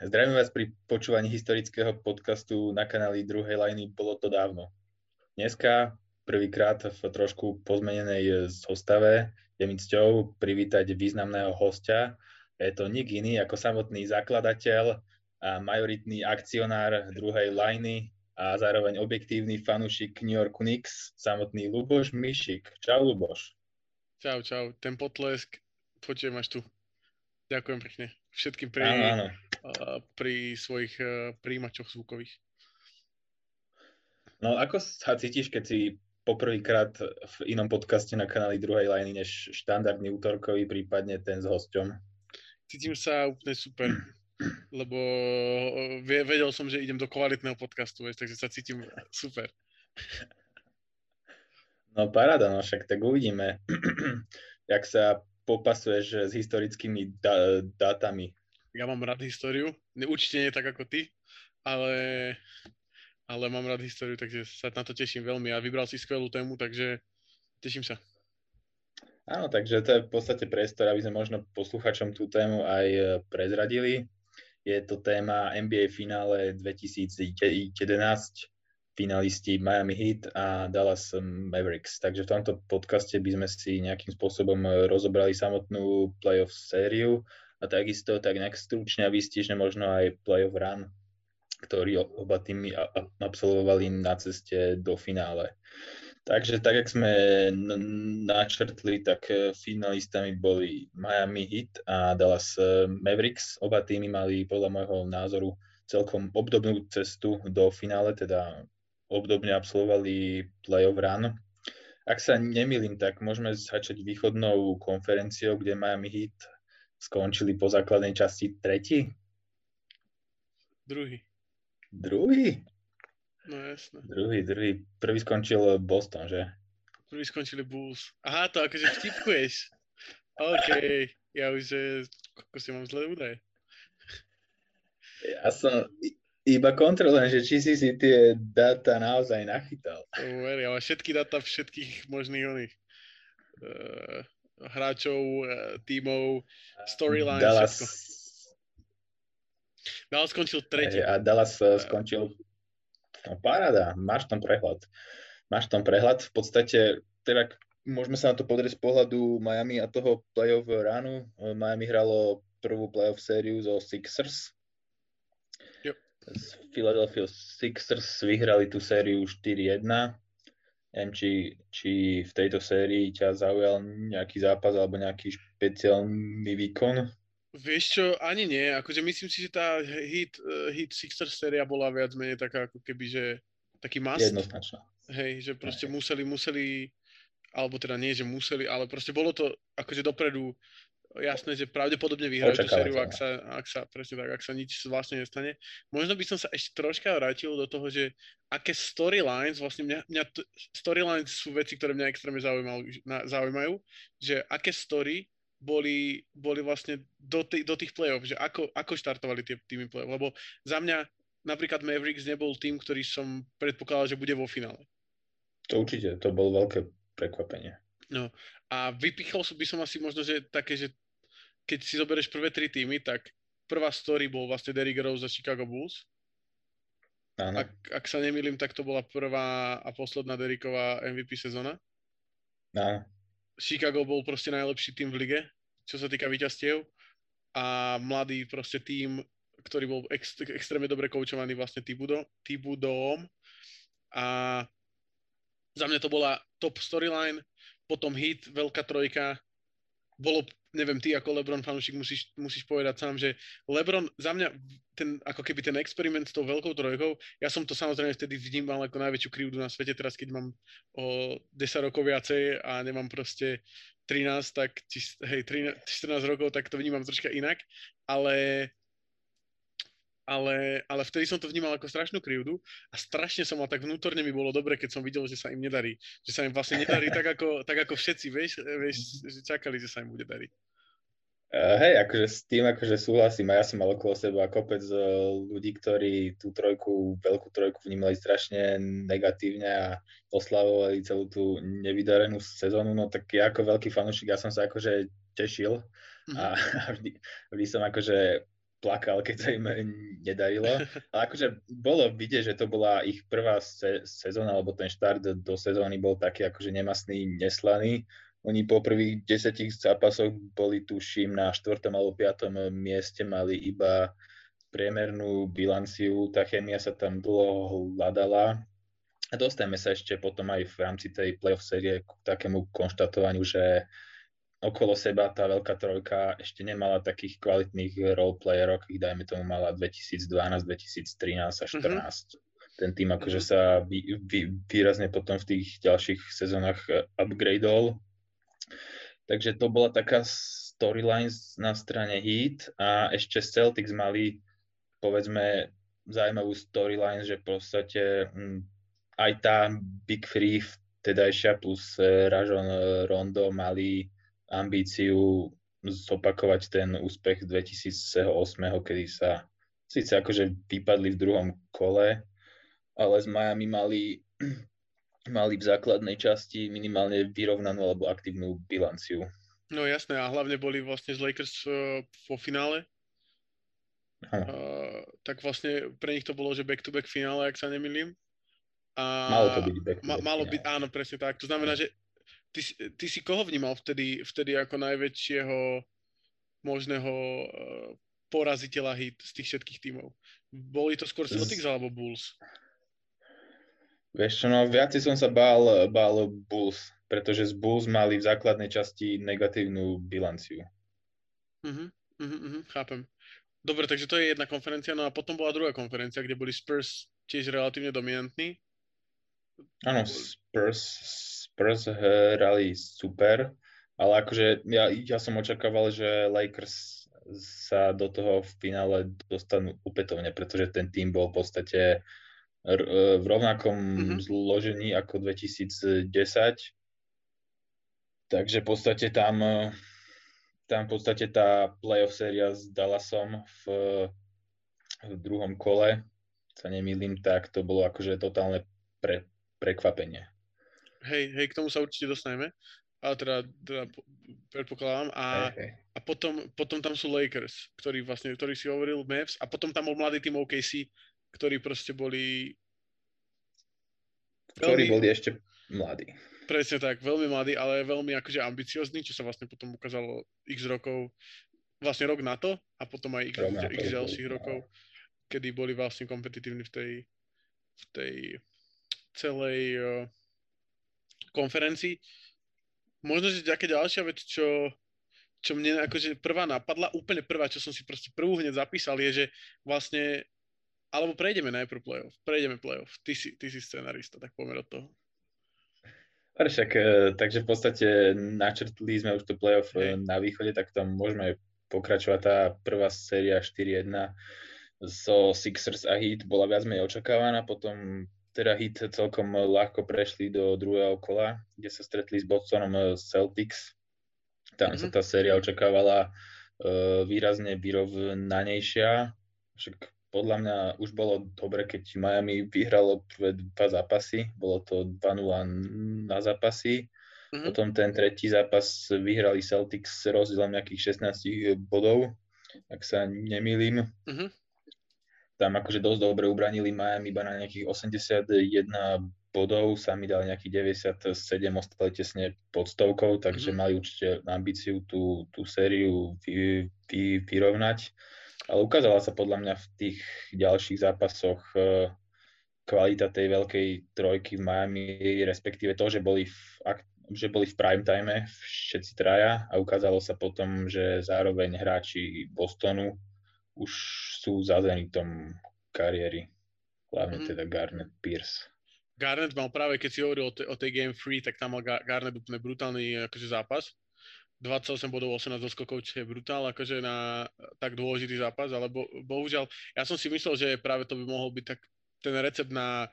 Zdravím vás pri počúvaní historického podcastu na kanáli Druhej lajny. Bolo to dávno. Dneska prvýkrát v trošku pozmenenej zostave je mi cťou privítať významného hostia. Je to nik iný ako samotný zakladateľ a majoritný akcionár Druhej lajny a zároveň objektívny fanúšik New York Knicks, samotný Ľuboš Mišik. Čau, Ľuboš. Čau. Ten potlesk, počujem až tu. Ďakujem pekne. Všetkým pri svojich príjimačoch zvukových. No ako sa cítiš, keď si poprvýkrát v inom podcaste na kanáli Druhej lajny než štandardný útorkový, prípadne ten s hosťom? Cítim sa úplne super, lebo vedel som, že idem do kvalitného podcastu, takže sa cítim super. No paráda, no však tak uvidíme, jak sa popasuješ s historickými dátami. Ja mám rád históriu, určite nie tak ako ty, ale mám rád históriu, takže sa na to teším veľmi a vybral si skvelú tému, takže teším sa. Áno, takže to je v podstate priestor, aby sme možno posluchačom tú tému aj prezradili. Je to téma NBA finále 2011, finalisti Miami Heat a Dallas Mavericks. Takže v tomto podcaste by sme si nejakým spôsobom rozobrali samotnú playoff sériu a takisto tak nejak stručne a výstižne možno aj playoff run, ktorý oba týmy absolvovali na ceste do finále. Takže tak, jak sme načrtli, tak finalistami boli Miami Heat a Dallas Mavericks. Oba týmy mali podľa môjho názoru celkom obdobnú cestu do finále, teda obdobne absolvovali playoff run. Ak sa nemýlim, tak môžeme začať východnou konferenciou, kde Miami Heat skončili po základnej časti tretí? Druhý? No jasné. Druhý. Prvý skončil Boston, že? Prvý skončili Bulls. Aha, to akože vtipkuješ. OK, ja už, ako si mám zlé údaje. Ja som iba kontrolujem, že či si tie dáta naozaj nachytal. Ja mám všetky dáta všetkých možných oných hráčov, tímov, storyline, všetko. Dallas skončil tretí. A Dallas skončil... No paráda, máš tam prehľad. V podstate, teda môžeme sa na to pozrieť z pohľadu Miami a toho playoff runu. Miami hralo prvú playoff sériu zo Sixers. Yep. Z Philadelphia Sixers vyhrali tú sériu 4-1. Neviem, či v tejto sérii ťa zaujal nejaký zápas alebo nejaký špeciálny výkon? Vieš čo, ani nie. Akože myslím si, že tá Heat Sixers séria bola viac menej taká ako keby, že taký must. Jednoznačná. Hej, že proste museli, alebo teda nie, že museli, ale proste bolo to akože dopredu jasné, že pravdepodobne vyhrajú tú sériu, ak sa nič vlastne nestane. Možno by som sa ešte troška vrátil do toho, že aké storylines, vlastne mňa storylines sú veci, ktoré mňa extrémne zaujímajú, že aké story boli vlastne do tých play-off, že ako štartovali tie týmy play-off, lebo za mňa napríklad Mavericks nebol tým, ktorý som predpokladal, že bude vo finále. To určite, to bolo veľké prekvapenie. No a vypichol by som asi možno, že také, že keď si zoberieš prvé tri týmy, tak prvá story bol vlastne Derrick Rose a Chicago Bulls. Áno. Ak sa nemýlim, tak to bola prvá a posledná Derricková MVP sezóna. Áno. Chicago bol proste najlepší tým v lige, čo sa týka víťazstiev a mladý proste tým, ktorý bol extrémne dobre koučovaný vlastne Thibodeauom a za mňa to bola top storyline, potom Heat, veľká trojka, bolo, neviem, ty ako LeBron fanúšik musíš povedať sám, že LeBron, za mňa ako keby ten experiment s tou veľkou trojkou, ja som to samozrejme vtedy vnímal ako najväčšiu krivdu na svete, teraz keď mám o 10 rokov viacej a nemám proste 13, tak 14 rokov, tak to vnímam troška inak, ale vtedy som to vnímal ako strašnú krivdu a strašne som mal tak vnútorne mi bolo dobre, keď som videl, že sa im nedarí. Že sa im vlastne nedarí tak ako všetci, vieš, že čakali, že sa im bude dariť. Hej, akože s tým akože súhlasím a ja som mal okolo seba kopec ľudí, ktorí tú veľkú trojku vnímali strašne negatívne a oslavovali celú tú nevydarenú sezónu, no tak ja ako veľký fanúšik, ja som sa akože tešil a vždy som akože plakal, keď sa im nedarilo. Ale akože bolo vidieť, že to bola ich prvá sezóna, alebo ten štart do sezóny bol taký akože nemastný, neslaný. Oni po prvých 10 zápasoch boli, tuším, na 4. alebo 5. mieste, mali iba priemernú bilanciu, tá chémia sa tam dlho hľadala. A dostaneme sa ešte potom aj v rámci tej playoff série k takému konštatovaniu, že okolo seba tá veľká trojka ešte nemala takých kvalitných roleplayerov, ich dajme tomu mala 2012, 2013 a 2014. Ten tým akože sa výrazne potom v tých ďalších sezónach upgradeol. Takže to bola taká storyline na strane Heat a ešte Celtics mali, povedzme, zaujímavú storyline, že v podstate aj tá Big Three vtedajšia plus Rajon Rondo mali ambíciu zopakovať ten úspech 2008, kedy sa síce akože vypadli v druhom kole, ale z Miami mali v základnej časti minimálne vyrovnanú alebo aktívnu bilanciu. No jasné, a hlavne boli vlastne z Lakers vo finále. Tak vlastne pre nich to bolo, že back-to-back finále, ak sa nemýlim. Malo to byť back-to-back malo byť, áno, presne tak. To znamená, že ty si koho vnímal vtedy ako najväčšieho možného poraziteľa Heat z tých všetkých tímov? Boli to skôr Celtics alebo Bulls? Vieš čo, no viac som sa bál Bulls, pretože z Bulls mali v základnej časti negatívnu bilanciu. Chápem. Dobre, takže to je jedna konferencia, no a potom bola druhá konferencia, kde boli Spurs tiež relatívne dominantní. Áno, Spurs hrali super, ale akože ja som očakával, že Lakers sa do toho v finále dostanú opätovne, pretože ten tým bol v podstate v rovnakom zložení ako 2010. Takže v podstate tam v podstate tá playoff séria s Dallasom v druhom kole, sa nemýlim, tak to bolo akože totálne prekvapenie. Hej, k tomu sa určite dostaneme. Ale teda predpokladám. A potom tam sú Lakers, ktorí si hovoril, Mavs, a potom tam bol mladý tým OKC, ktorí proste boli... Ktorí boli ešte mladí. Presne tak, veľmi mladí, ale veľmi akože ambiciozní, čo sa vlastne potom ukázalo x rokov, vlastne rok na to a potom aj x ďalších rokov, kedy boli vlastne kompetitívni v tej celej konferencii. Možno, že taká ďalšia vec, čo mne akože prvá napadla, úplne prvá, čo som si proste prvú hneď zapísal, je, že vlastne, alebo prejdeme najprv playoff. Ty si scenarista, tak poďme do toho. Však, takže v podstate načrtli sme už to playoff na východe, tak tam môžeme pokračovať. Tá prvá séria 4-1 so Sixers a Heat bola viac menej očakávaná, potom teda Heat celkom ľahko prešli do druhého kola, kde sa stretli s Bostonom Celtics. Tam sa tá séria očakávala výrazne vyrovnanejšia. Však podľa mňa už bolo dobre, keď Miami vyhralo prvé 2 zápasy. Bolo to 2-0 na zápasy. Potom ten tretí zápas vyhrali Celtics s rozdielom nejakých 16 bodov, ak sa nemýlim. Tam akože dosť dobre ubranili Miami iba na nejakých 81 bodov, sami dali nejakých 97, ostali tesne pod stovkou, takže mali určite ambíciu tú sériu vyrovnať. Ale ukázala sa podľa mňa v tých ďalších zápasoch kvalita tej veľkej trojky v Miami, respektíve to, že boli v prime time všetci traja, a ukázalo sa potom, že zároveň hráči Bostonu už sú zazení v tom kariéry. Hlavne teda Garnett, Pierce. Garnett mal práve, keď si hovoril o tej Game 3, tak tam mal Garnett úplne brutálny akože zápas. 28 bodov, 18 doskokov, čo je brutál akože na tak dôležitý zápas, ale bohužiaľ, ja som si myslel, že práve to by mohol byť tak ten recept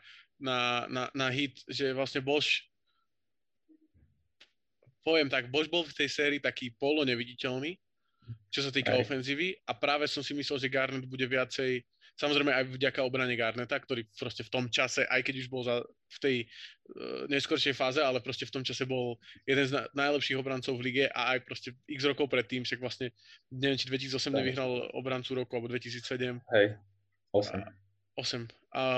na hit, že vlastne Bosch bol v tej sérii taký polo neviditeľný čo sa týka ofenzívy a práve som si myslel, že Garnett bude viacej, samozrejme aj vďaka obrane Garneta, ktorý proste v tom čase, aj keď už bol v tej neskoršej fáze, ale proste v tom čase bol jeden z najlepších obrancov v lige a aj proste x rokov predtým, však vlastne neviem, či 2008 nevyhral obrancu roku, alebo 2007. Hej, 8. 8.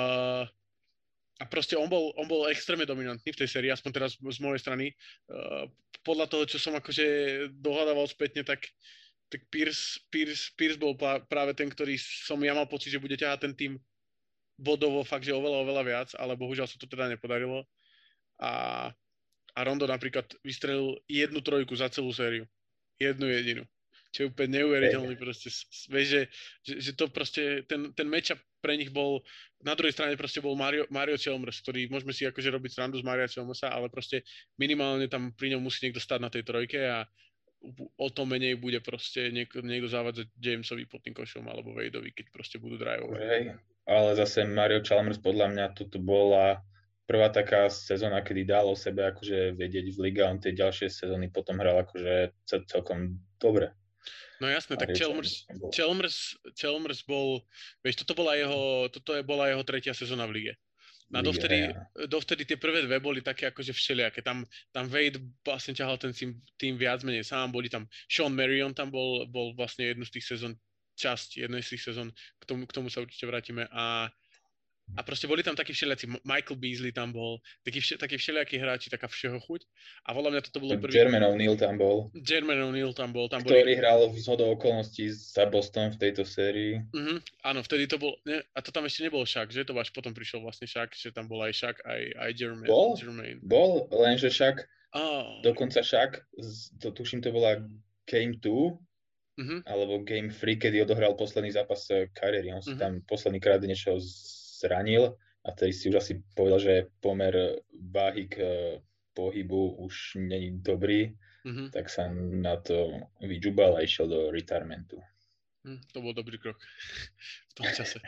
A proste on bol extrémne dominantný v tej sérii, aspoň teraz z mojej strany. Podľa toho, čo som akože dohľadával spätne, tak Pierce bol práve ten, ktorý som ja mal pocit, že bude ťahať ten tým bodovo fakt, že oveľa viac, ale bohužiaľ sa to teda nepodarilo. A Rondo napríklad vystrelil 1 trojku za celú sériu. 1 jedinú. Čo je úplne neuveriteľný proste. Vieš, že to proste, ten matchup pre nich bol, na druhej strane proste bol Mario Chalmers, ktorý môžeme si akože robiť srandu z Maria Chalmersa, ale proste minimálne tam pri ňom musí niekto stať na tej trojke a o to menej bude proste niekto závádzať Jamesovi pod tým košom alebo Wadeovi, keď proste budú drivovať. Hej, ale zase Mario Chalmers podľa mňa toto bola prvá taká sezóna, kedy dal o sebe akože vedieť v liga, on tie ďalšie sezóny potom hral akože celkom dobre. No jasné, tak Chalmers bol, vieš, toto bola jeho 3. sezóna v lige. A dovtedy tie prvé 2 boli také akože všelijaké. Tam Wade vlastne ťahal ten tým viac menej sám, boli tam Sean Marion tam bol vlastne jednej z tých sezón, k tomu sa určite vrátime a proste boli tam takí všelijací, Michael Beasley tam bol, takí všelijakí hráči, taká všeho chuť. A podľa mňa toto bolo prvý... Jermaine O'Neal tam bol. Ktorý hral v zhodou okolností za Boston v tejto sérii. Áno, vtedy to bol... A to tam ešte nebol Shaq, že? To až potom prišiel vlastne Shaq, že tam bol aj Shaq, aj Jermaine. Bol, lenže Shaq, dokonca Shaq, tuším to bola Game 2, alebo Game 3, kedy odohral posledný zápas kariéry. On si tam posledný krát niečo zranil a vtedy si už asi povedal, že pomer váhy k pohybu už není dobrý, tak sa na to vyžubal a išiel do retirementu. To bol dobrý krok v tom čase.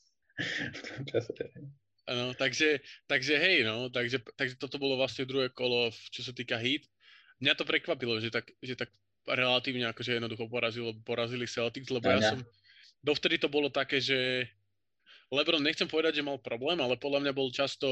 Ano, takže hej, no, takže toto bolo vlastne druhé kolo, čo sa týka Heat. Mňa to prekvapilo, že tak relatívne akože jednoducho porazili Celtics, lebo ja som dovtedy to bolo také, že LeBron, nechcem povedať, že mal problém, ale podľa mňa bol často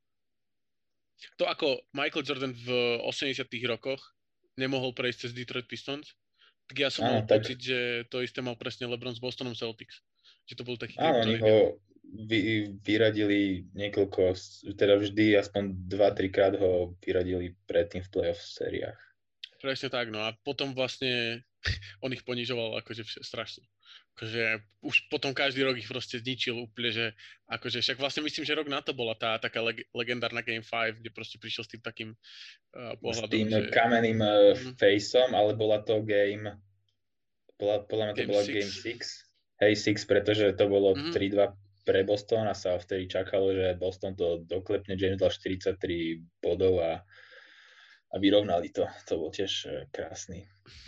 to, ako Michael Jordan v 80 rokoch nemohol prejsť cez Detroit Pistons, tak ja som mal pocit, že to isté mal presne LeBron s Bostonom Celtics. Že to bol taký... Áno, oni ho vyradili niekoľko, teda vždy aspoň 2-3 krát ho vyradili predtým v playoff sériách. Presne tak, no a potom vlastne on ich ponižoval akože strašne. Akože už potom každý rok ich proste zničil úplne, že akože však vlastne myslím, že rok na to bola tá taká legendárna Game 5, kde proste prišiel s tým takým pohľadom. S tým kamenným faceom, ale bola to game, podľa mňa to bola Game 6. Hej, 6, pretože to bolo 3-2 pre Boston a sa vtedy čakalo, že Boston to doklepne, James dal 43 bodov a vyrovnali to. To bol tiež krásny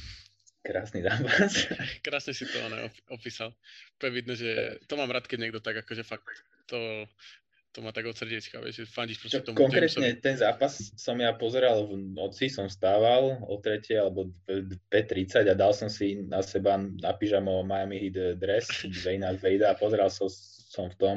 zápas. Krásne si to opísal. Úplne vidno, že to mám rád, keď niekto tak akože fakt to má tak od srdiečka, vieš, že fandíš proste tomu. Konkrétne ten zápas som ja pozeral v noci, som stával o 3 alebo 5:30 a dal som si na seba na pyžamo Miami Heat dress Dwayna Wadea a pozeral som v tom.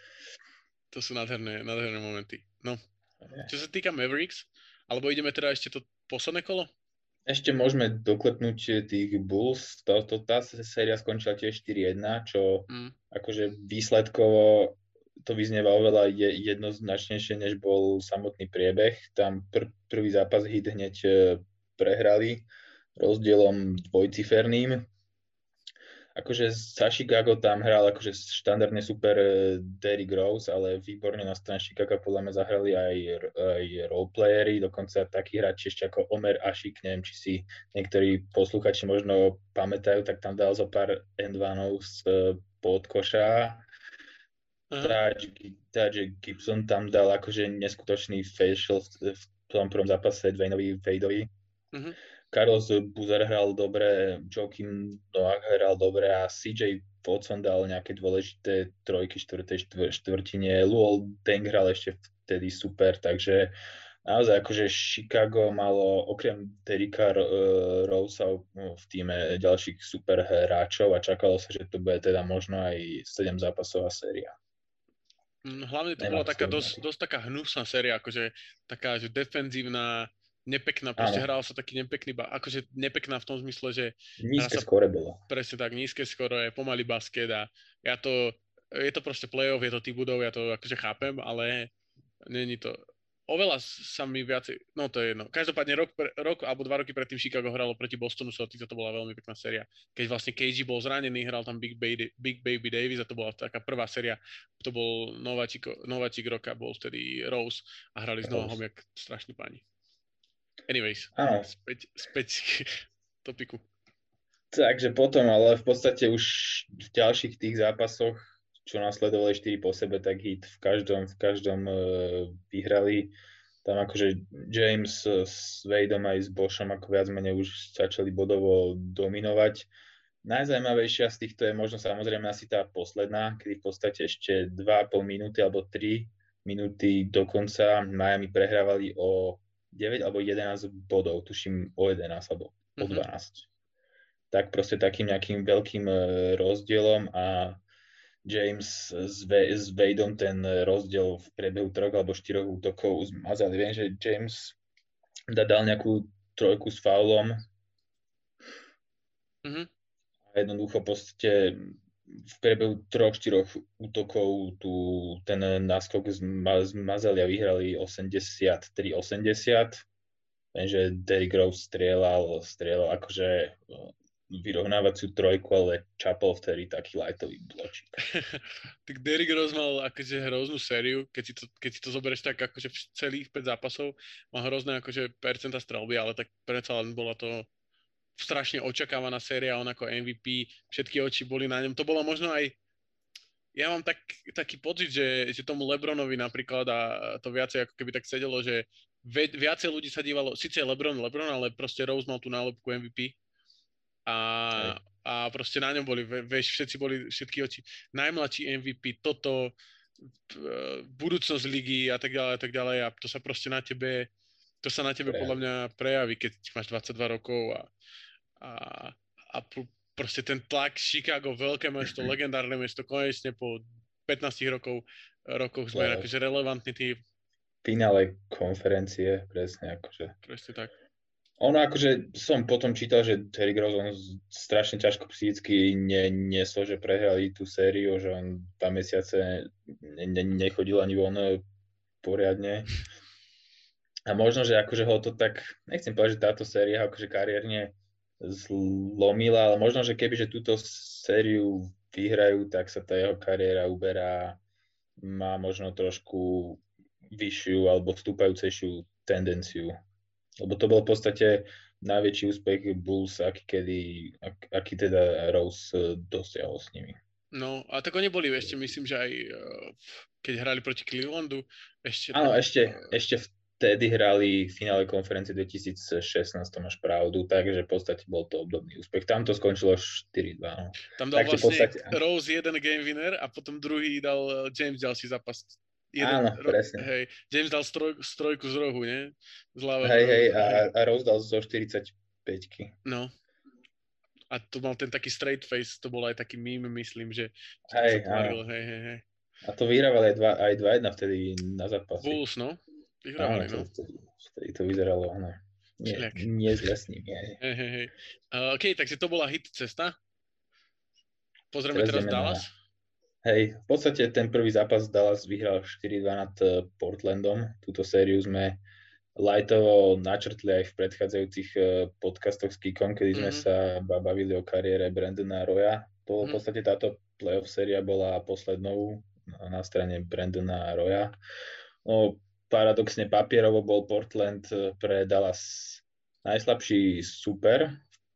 To sú nádherné momenty. No, čo sa týka Mavericks, alebo ideme teda ešte to posledné kolo? Ešte môžeme doklepnúť tých Bulls. Tá séria skončila tiež 4-1, čo akože výsledkovo to vyznieva oveľa jednoznačnejšie, než bol samotný priebeh. Tam prvý zápas Heat hneď prehrali rozdielom dvojciferným. Akože za Chicago tam hral akože štandardne super Derrick Rose, ale výborne na strane Chicago podľa mňa zahrali aj roleplayery, dokonca takí hráči ešte ako Omer Ashik, neviem, či si niektorí posluchači možno pamätajú, tak tam dal zo pár endvanov z podkoša. Taj Gibson tam dal akože neskutočný facial v tom prvom zápase Dwaynovi Wadeovi. Carlos Boozer hral dobre, Joakim Noah hral dobre a CJ Watson dal nejaké dôležité trojky štvrtej štvrtine. Luol Deng hral ešte vtedy super, takže naozaj akože Chicago malo okrem Derricka Rosea v týme ďalších super hráčov a čakalo sa, že to bude teda možno aj 7 zápasová séria. Hlavne to Nemá bola to taká skončenie. dosť taká hnusná séria, akože taká, že defenzívna, nepekná, proste Áno, hral sa taký nepekný, akože nepekná v tom zmysle, že hrá nízke sa skóre bolo. presne tak nízke skoro, je pomalý basket a je to proste playoff, je to T-budov, ja to akože chápem, ale není to, oveľa sa mi viacej, no to je jedno. Každopádne rok alebo 2 roky predtým Chicago hralo proti Bostonu Celtics a to bola veľmi pekná séria. Keď vlastne KG bol zranený, hral tam Big Baby Davis a to bola taká prvá séria. To bol nováčik roka, bol vtedy Rose a hrali znova Rose. homiak strašní páni. Anyways, Áno, späť k topiku. takže potom, ale v podstate už v ďalších tých zápasoch, čo nasledovali 4 po sebe, tak hit v každom vyhrali. Tam akože James s Wadeom aj s Boshom ako viac menej už začali bodovo dominovať. Najzajímavejšia z týchto je možno samozrejme asi tá posledná, kedy v podstate ešte 2,5 minúty alebo 3 minúty do konca Miami prehrávali o 9 alebo 11 bodov, tuším o 11 alebo o 12. Tak proste takým nejakým veľkým rozdielom a James s Wadeom ten rozdiel v priebehu 3 alebo 4 útokov zmazali. Viem, že James dal nejakú trojku s faulom a jednoducho podstate v priebehu 3-4 útokov ten náskok zmazali a vyhrali 83-80. Viem, že Derrick Rose strieľal akože vyrovnávaciu trojku, ale čapol vtedy taký lightový bločík. Tak Derrick Rose mal akože hroznú sériu, keď si to zoberieš tak akože celých 5 zápasov, má hrozné akože percenta strelby, ale tak predsa len bola to strašne očakávaná séria, on ako MVP, všetky oči boli na ňom. To bolo možno aj, ja mám taký pocit, že tomu Lebronovi napríklad a to viacej ako keby tak sedelo, že viacej ľudí sa dívalo, síce LeBron, ale proste Rose mal tú nálepku MVP a proste na ňom boli, všetky oči, najmladší MVP, toto, budúcnosť ligy a tak ďalej a to sa proste na tebe podľa mňa prejaví, keď máš 22 rokov a proste ten tlak Chicago, veľké mesto, legendárne mesto, konečne po 15 rokoch sme akože relevantný tým. Finále konferencie, presne akože. Presne tak. Ono akože som potom čítal, že Derrick Rose on strašne ťažko psychicky nesol, že prehrali tú sériu, že on 2 mesiace nechodil ani von poriadne. A možno, že akože ho to tak, nechcem povedať, že táto séria akože kariérne zlomila, ale možno, že keby, že túto sériu vyhrajú, tak sa tá jeho kariéra uberá, má možno trošku vyššiu alebo vstúpajúcejšiu tendenciu. Lebo to bol v podstate najväčší úspech Bulls, aký teda Rose dosiahol s nimi. No, a tak oni boli ešte, myslím, že aj keď hrali proti Clevelandu, Áno, ešte vtedy hrali v finále konferencie 2016, to máš pravdu, takže v podstate bol to obdobný úspech. Tam to skončilo 4-2. No. Tam dal vlastne Rose jeden game winner a potom druhý dal James ďalší zápas. Áno, presne. Hej, James dal strojku z rohu, nie? Z ľavého rohu. A Rose dal zo 45-ky. No. A to mal ten taký straight face, to bol aj taký meme, myslím, že sa tvaril, hej. A to vyhrávali aj 2-1 vtedy na zápasy. Bulls, no? Vyhrávali, no. Vtedy to vyzeralo, no. Nie zle s nimi. Hej. OK, takže to bola hit cesta. Pozrieme teraz Dallas. Hej, v podstate ten prvý zápas Dallas vyhral 4-2 nad Portlandom. Túto sériu sme lightovo načrtli aj v predchádzajúcich podcastoch s Kikom, kedy sme sa bavili o kariére Brandona Roya. To v podstate táto playoff séria bola poslednou na strane Brandona Roya. No, paradoxne papierovo bol Portland pre Dallas najslabší super,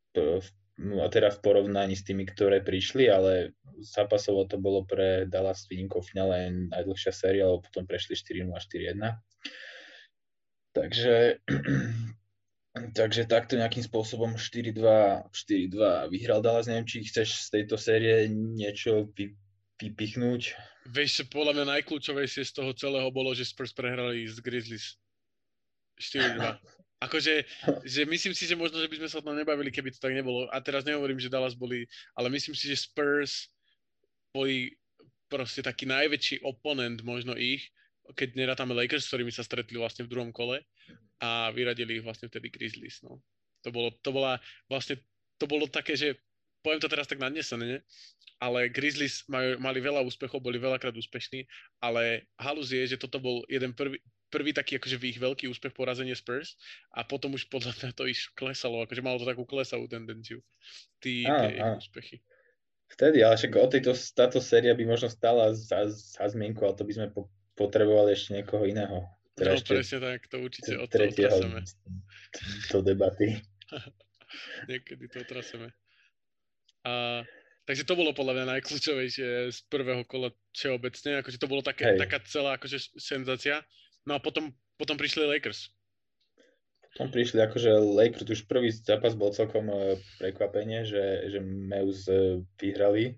a teda v porovnaní s tými, ktoré prišli, ale zápasovo to bolo pre Dallas výnimkou v finále najdlhšia séria, lebo potom prešli 4-0 a 4-1. Takže takto nejakým spôsobom 4-2 vyhral Dallas. Neviem, či chceš z tejto série niečo vypichnúť. Vieš, podľa mňa najkľúčovejšie z toho celého bolo, že Spurs prehrali z Grizzlies. 4-2. Akože, že myslím si, že možno, že by sme sa o tom nebavili, keby to tak nebolo. A teraz nehovorím, že Dallas boli, ale myslím si, že Spurs boli proste taký najväčší oponent možno ich, keď nerátame Lakers, s ktorými sa stretli vlastne v druhom kole a vyradili ich vlastne vtedy Grizzlies. No. To bolo také, že poviem to teraz tak nadnesené, ale Grizzlies mali veľa úspechov, boli veľakrát úspešní, ale halus je, že toto bol jeden prvý taký akože ich veľký úspech porazenie Spurs a potom už podľa mňa to klesalo, akože malo to takú klesavú tendenciu, tie ich úspechy. Vtedy, ale však táto séria by možno stála za zmienku, ale to by sme potrebovali ešte niekoho iného. No presne tak, to určite otraseme. Do debaty. Niekedy to otraseme. Takže to bolo podľa mňa najkľúčovejšie z prvého kola všeobecne, akože to bolo taká celá akože senzácia. No a potom prišli Lakers. Potom prišli akože Lakers, už prvý zápas bol celkom prekvapenie, že Mavs vyhrali.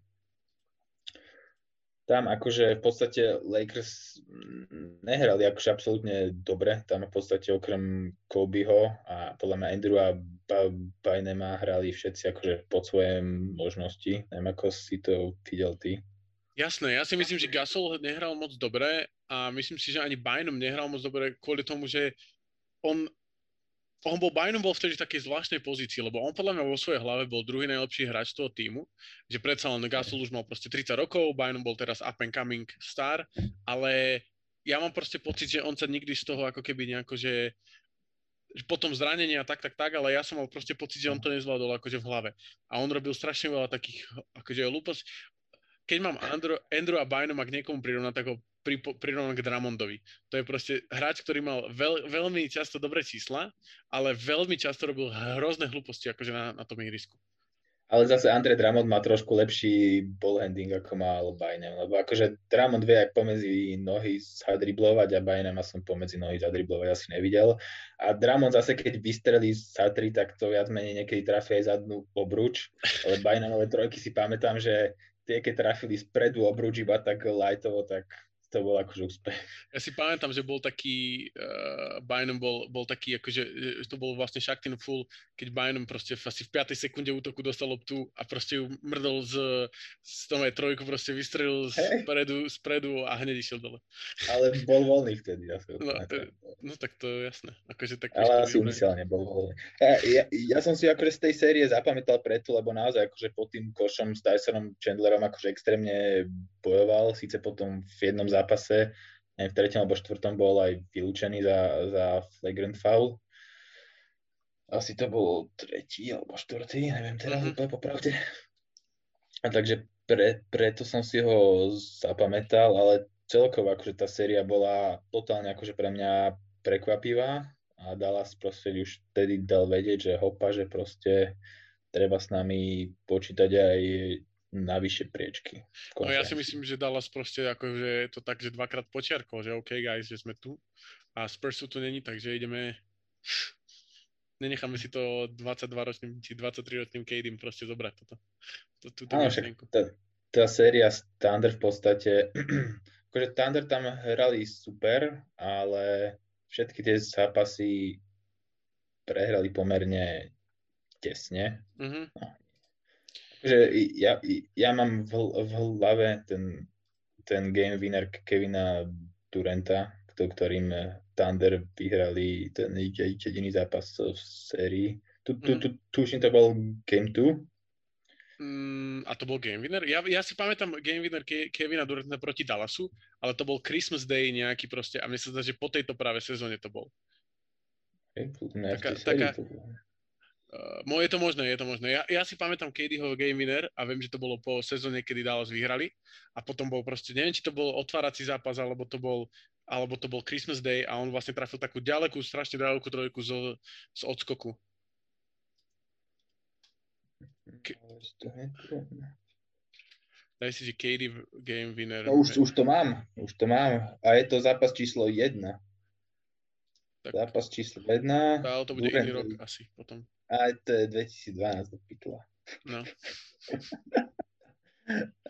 Tam akože v podstate Lakers nehrali akože absolútne dobre. Tam v podstate okrem Kobeho a podľa mňa Andrew a Bynema hrali všetci akože pod svoje možnosti. Neviem, ako si to videl ty. Jasné, ja si myslím, že Gasol nehral moc dobre a myslím si, že ani Bynum nehral moc dobre kvôli tomu, že Bynum bol vtedy v takej zvláštnej pozícii, lebo on podľa mňa vo svojej hlave bol druhý najlepší hráč toho týmu, že predsa len Gasol už mal proste 30 rokov, Bynum bol teraz up and coming star, ale ja mám proste pocit, že on sa nikdy z toho ako keby nejako, že potom zranenia tak, ale ja som mal proste pocit, že on to nezvládol akože v hlave. A on robil strašne veľa takých akože hlúposť. Keď mám Andrew a Bynum, ak niekomu prirovnať, tak ho prirovnám k Drummondovi. To je proste hráč, ktorý mal veľmi často dobré čísla, ale veľmi často robil hrozné hlúposti akože na tom ihrisku. Ale zase Andre Drummond má trošku lepší ballhandling, ako mal Bynum, lebo akože Drummond vie, ak pomedzi nohy zadriblovať a Bynum som pomedzi nohy zadriblovať asi nevidel. A Drummond zase, keď vystrelí za 3, tak to viac menej niekedy trafí aj zadnú obruč, ale Bynumové trojky si pamätám, že tie, keď trafili spredu obruč iba tak lightovo, tak to bol akože úspech. Ja si pamätám, že bol taký, Bynum bol taký, akože to bol vlastne Shaqtin' Fool, keď Bynum proste asi v 5. sekunde útoku dostal loptu a proste ju mrdol z toho trojku, proste vystrelil spredu a hneď išiel dole. Ale bol voľný vtedy. No tak to je jasné. Akože tak ale asi umyselne bol voľný. Ja som si akože z tej série zapamätal preto, lebo naozaj akože pod tým košom s Tysonom Chandlerom akože extrémne bojoval, síce potom v jednom zápase, v 3. alebo 4. bol aj vylúčený za flagrant foul. Asi to bol 3. alebo 4., neviem teraz úplne popravde. A takže preto som si ho zapamätal, ale celkovo akože tá séria bola totálne akože pre mňa prekvapivá a Dallas proste už vtedy dal vedieť, že hopa, že proste treba s nami počítať aj na vyššie priečky. No ja si myslím, že Dallas proste akože to tak, že dvakrát počiarkol, že OK guys, že sme tu a Spursu tu není, takže nenecháme si to 22-ročným či 23-ročným KDM proste zobrať toto. Áno, však tá séria Thunder v podstate, akože Thunder tam hrali super, ale všetky tie zápasy prehrali pomerne tesne. Mm-hmm. No. Že ja mám v hlave ten game winner Kevina Duranta, ktorým Thunder vyhrali ten jediný zápas v sérii. Tuším, to bol Game 2. A to bol game winner? Ja si pamätám game winner Kevina Duranta proti Dallasu, ale to bol Christmas Day nejaký proste a mne sa zdá, že po tejto práve sezóne to bol. Je to možné. Ja si pamätám KDho game winner a viem, že to bolo po sezóne, kedy Dallas vyhrali a potom bol proste, neviem, či to bol otvárací zápas, alebo to bol Christmas Day a on vlastne trafil takú strašne ďalekú trojku z odskoku. Daj si, že KD game winner. No už to mám. A je to zápas číslo 1. Zápas číslo 1. Ale to bude iný rok asi potom. A to je 2012 do pitla. No.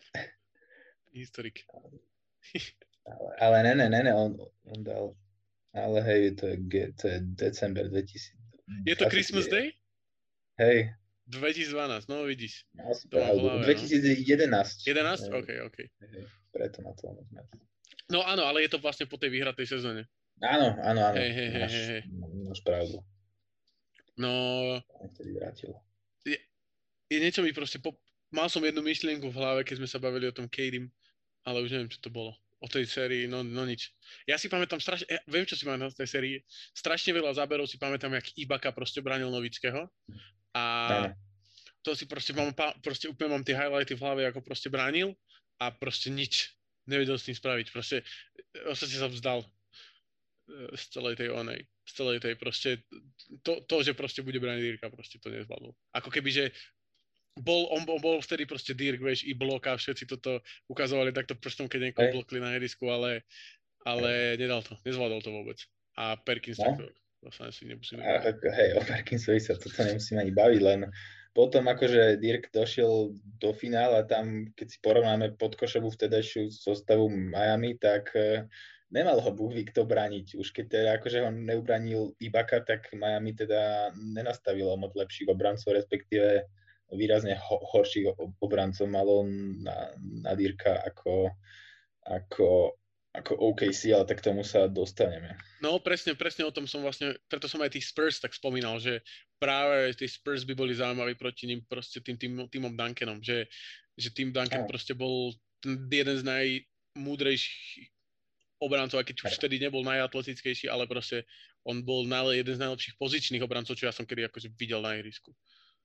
Historik. Ale ne, on dal Ale hej, to je december 2000. Je to Christmas Day? Hej, 2012, no vidíš. mal si To mám v pravdu. hlave, no. 2011. 11? OK, OK. Hej, preto na to máme. No áno, ale je to vlastne po tej vyhratej sezóne. Áno. Hej, hej, hej, hej, hej. Máš pravdu. No, On vtedy vrátil. je niečo mi proste... Mal som jednu myšlienku v hlave, keď sme sa bavili o tom Kadim, ale už neviem, čo to bolo. O tej sérii, no nič. Ja si pamätám strašne, viem, čo si pamätám z tej sérii. Strašne veľa záberov si pamätám, jak Ibaka proste bránil Novického. A Áno. to si proste úplne mám tie highlighty v hlave, ako proste bránil a proste nič. Nevedel s tým spraviť. Proste sa vzdal z celej tej proste, to, že proste bude brániť Dirka, proste to nezvládol. Ako keby, že on bol vtedy proste Dirk, vieš, i bloka, všetci toto ukazovali takto prstom, keď niekoho blokli na ihrisku, ale nezvládol to vôbec. A Perkins takto, to sa asi nemusíme baviť. Hej, o Perkinsovi sa toto nemusíme ani baviť, len potom akože Dirk došiel do finále a tam, keď si porovnáme podkošovú vtedajšiu zostavu Miami, tak nemal ho Bohví kto brániť. Už keď teda akože ho neubranil Ibaka, tak Miami teda nenastavilo moc lepších obrancov, respektíve výrazne horších obrancov malo na Dirka ako OKC, ale tak k tomu sa dostaneme. No presne o tom som vlastne, preto som aj tých Spurs tak spomínal, že práve tí Spurs by boli zaujímaví proti ním proste týmom Duncanom, že tým Duncan proste bol jeden z najmúdrejších obrancov, aj keď už vtedy nebol najatletickejší, ale proste on bol jeden z najlepších pozičných obrancov, čo ja som kedy akože videl na ihrisku.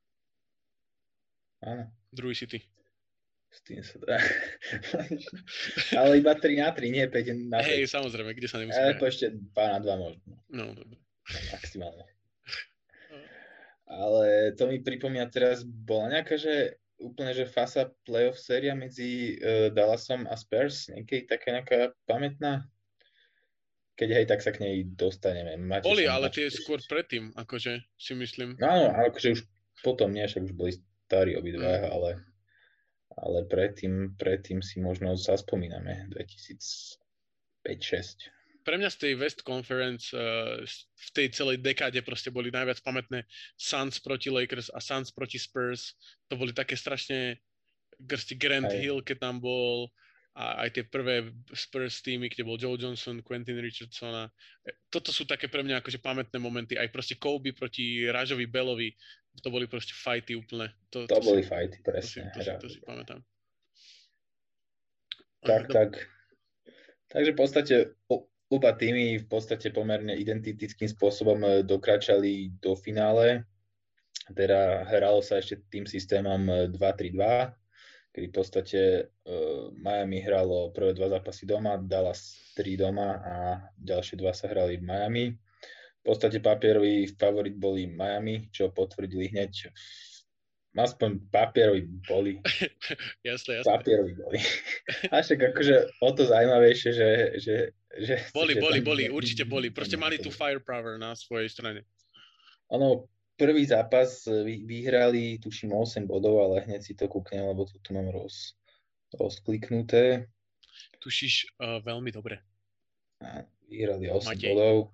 Áno. Druhý City. S tým sa dá. Ale iba 3-3, nie 5-5. Hej, samozrejme, kde sa nemusíme. Ale to ešte 2-2 možno. No, dobre. Maximálne. Ale to mi pripomína teraz, bola nejaká, že úplne, že fasa playoff séria medzi Dallasom a Spurs, taká nejaká pamätná? Keď hej, tak sa k nej dostaneme. Boli, ale tie skôr predtým, akože si myslím. No áno, akože už potom nie, však už boli starí obidvaja, ale predtým si možno zaspomíname 2005-2006. Pre mňa z tej West Conference v tej celej dekáde proste boli najviac pamätné Suns proti Lakers a Suns proti Spurs. To boli také strašne Grant Hill, keď tam bol, a aj tie prvé Spurs týmy, kde bol Joe Johnson, Quentin Richardson. Toto sú také pre mňa akože pamätné momenty. Aj proste Kobe proti Rajovi Bellovi. To boli proste fighty úplne. To boli fighty, presne. To si pamätám. Tak. Takže v podstate oba týmy v podstate pomerne identickým spôsobom dokračali do finále. Teda hralo sa ešte tým systémom 2-3-2, kedy v podstate Miami hralo prvé 2 zápasy doma, Dallas 3 doma a ďalšie 2 sa hrali v Miami. V podstate papieroví favorit boli Miami, čo potvrdili hneď. Aspoň papieroví boli. Jasné. Papieroví boli. A však akože o to zaujímavejšie, že Boli, určite boli. Proste mali tú firepower na svojej strane. Ono, prvý zápas vyhrali, tuším, 8 bodov, ale hneď si to kúknem, lebo to tu mám rozkliknuté. Tušíš veľmi dobre. Vyhrali 8 bodov.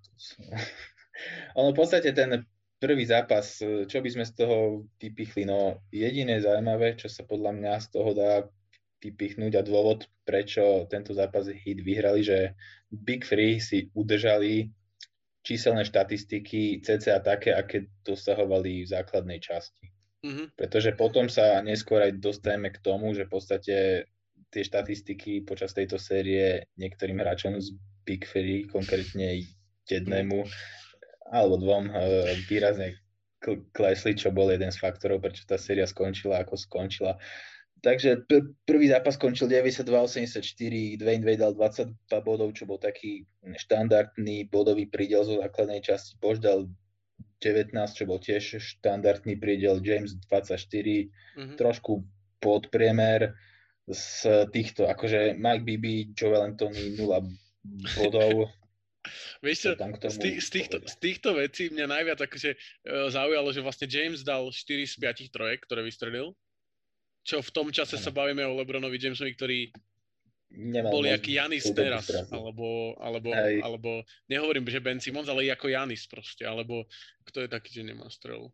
Ono v podstate ten prvý zápas, čo by sme z toho vypichli? No jediné zaujímavé, čo sa podľa mňa z toho dá vypichnúť a dôvod, prečo tento zápas Heat vyhrali, že Big Three si udržali číselné štatistiky cca také, aké dosahovali v základnej časti. Mm-hmm. Pretože potom sa neskôr aj dostaneme k tomu, že v podstate tie štatistiky počas tejto série niektorým hráčom z Big Three, konkrétne jednému alebo dvom, výrazne klesli, čo bol jeden z faktorov, prečo tá séria skončila, ako skončila. Takže prvý zápas skončil 92-84, Dwayne Wade dal 22 bodov, čo bol taký štandardný bodový prídel zo základnej časti. Bož dal 19, čo bol tiež štandardný prídel, James 24, trošku podpriemer z týchto, akože Mike Bibby, Joel Anthony 0 bodov. Vieš čo, z týchto vecí mňa najviac akože zaujalo, že vlastne James dal 4 z 5 trojek, ktoré vystrelil. Čo v tom čase sa bavíme o LeBronovi Jamesovi, ktorý nemal boli moc jak Janis dobrú teraz, stratu. Hej. alebo nehovorím, že Ben Simmons, ale ako Janis proste, alebo kto je taký, že nemá strelu.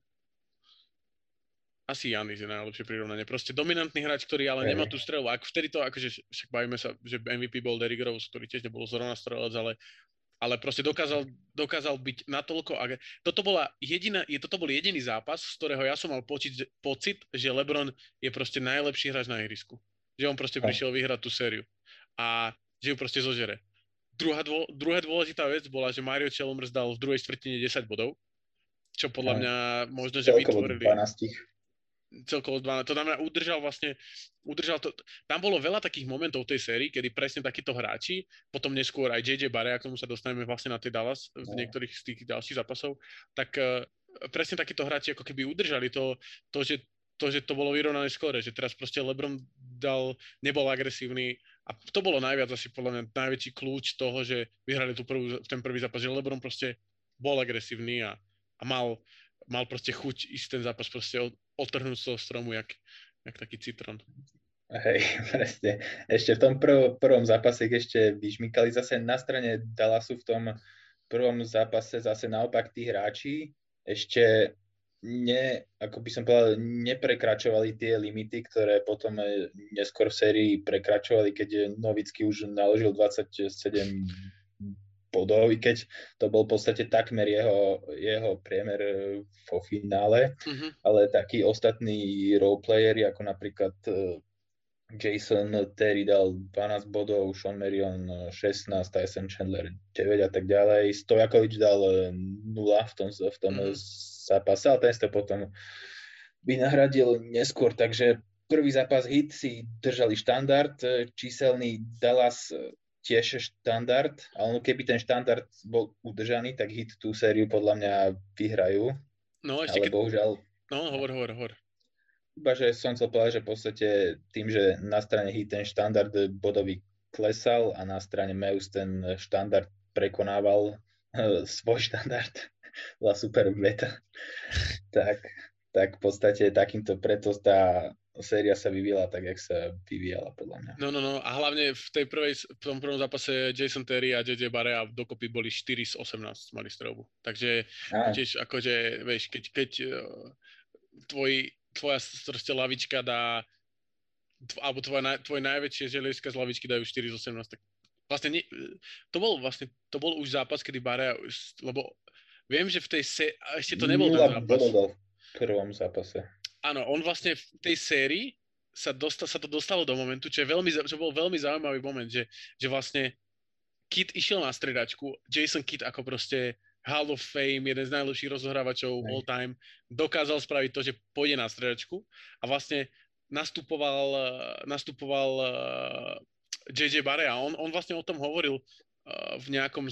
Asi Janis je najlepšie prirovnanie. Proste dominantný hráč, ktorý ale nemá tú strelu. Ak vtedy to, akože však bavíme sa, že MVP bol Derrick Rose, ktorý tiež nebol zrovna strelec, ale proste dokázal byť natoľko. Toto bol jediný zápas, z ktorého ja som mal pocit, že LeBron je proste najlepší hráč na ihrisku. Že on proste No. prišiel vyhrať tú sériu. A že ju proste zožere. Druhá dôležitá vec bola, že Mario Chalmers dal v druhej štvrtine 10 bodov, čo podľa mňa možno, že Celkovo vytvorili 12. celkovo 12. To znamená, udržal to. Tam bolo veľa takých momentov v tej sérii, kedy presne takíto hráči, potom neskôr aj JJ Barea, k tomu sa dostaneme vlastne na tej Dallas v niektorých z tých ďalších zápasov, tak presne takíto hráči ako keby udržali že to bolo vyrovnané skóre, že teraz proste LeBron nebol agresívny a to bolo najviac asi podľa mňa najväčší kľúč toho, že vyhrali ten prvý zápas, že LeBron proste bol agresívny a mal proste chuť ísť ten zápas proste otrhnúť z toho stromu, jak taký citrón. Hej, presne. Ešte v tom prvom zápase ešte vyžmykali zase na strane Dallasu v tom prvom zápase zase naopak tí hráči ešte ako by som povedal, neprekračovali tie limity, ktoré potom neskôr v sérii prekračovali, keď Nowitzki už naložil 27 bodov, i keď to bol v podstate takmer jeho priemer vo finále, ale takí ostatní roleplayeri, ako napríklad Jason Terry dal 12 bodov, Sean Marion 16, Tyson Chandler 9 a tak ďalej. Stojakovič dal 0 v tom zápase, ale ten to potom vynahradil neskôr. Takže prvý zápas Heat si držali štandard, číselný Dallas tiež štandard, ale keby ten štandard bol udržaný, tak Heat tú sériu podľa mňa vyhrajú. No, ale bohužiaľ... No, hovor. Iba, že som chcel povedať, že v podstate tým, že na strane Heat ten štandard bodový klesal a na strane Meus ten štandard prekonával svoj štandard, bola super veta, tak v podstate takýmto preto tá séria sa vyvíjala tak, jak sa vyvíjala podľa mňa. No a hlavne v tom prvom zápase Jason Terry a JJ Barea dokopy boli 4 z 18 mali strelbu. Takže tiež akože, vieš, keď tvoja lavička dá alebo tvoje najväčšie želieska z lavičky dajú 4 z 18, tak vlastne to bol už zápas, kedy Barea, lebo viem, že v tej ešte to nebol ten zápas. Bodov v prvom zápase. Áno, on vlastne v tej sérii sa to dostalo do momentu, čo bol veľmi zaujímavý moment, že vlastne Kidd išiel na stredačku, Jason Kidd ako proste Hall of Fame, jeden z najlepších rozohrávačov all time, dokázal spraviť to, že pôjde na stredačku a vlastne nastupoval JJ Barea. On vlastne o tom hovoril v nejakom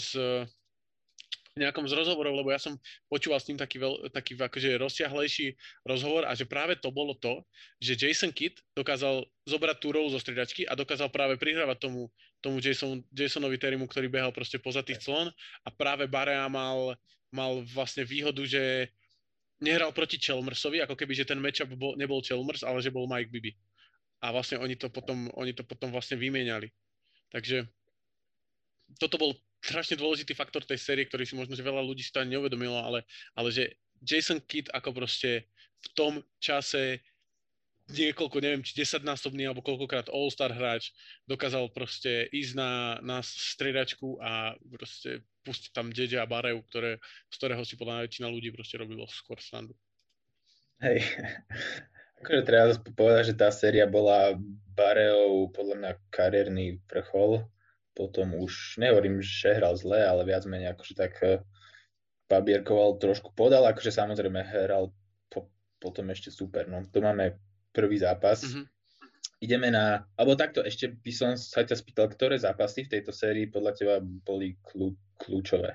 z rozhovorov, lebo ja som počúval s ním taký akože rozsiahlejší rozhovor a že práve to bolo to, že Jason Kidd dokázal zobrať tú rolu zo striedačky a dokázal práve prihrávať tomu Jasonovi Terrymu, ktorý behal proste poza tých clon a práve Barea mal vlastne výhodu, že nehral proti Chalmersovi, ako keby, že ten matchup nebol Chalmers, ale že bol Mike Bibby. A vlastne oni to potom vlastne vymieniali. Takže toto bol strašne dôležitý faktor tej série, ktorý si možno, že veľa ľudí si to ani neuvedomilo, ale že Jason Kidd ako proste v tom čase niekoľko, neviem, či 10-násobný alebo koľkokrát All-Star hráč dokázal proste ísť na striedačku a proste pustiť tam JJ a Bareu, z ktorého si podľa väčšina ľudí proste robilo skôr srandu. Hej, akože treba povedať, že tá séria bola Bareov podľa mňa kariérny vrchol. Potom už nehovorím, že hral zle, ale viac menej akože tak pabierkoval, trošku podal, akože samozrejme hral potom ešte super. No, tu máme prvý zápas. Ideme alebo takto, ešte by som sa ťa spýtal, ktoré zápasy v tejto sérii podľa teba boli kľúčové?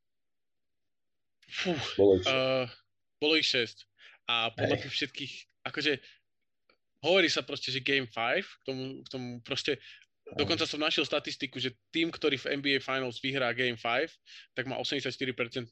Bolo ich 6. A podľa tých všetkých, akože hovorí sa proste, že Game 5, k tomu proste, dokonca som našiel statistiku, že tým, ktorý v NBA Finals vyhrá Game 5, tak má 84%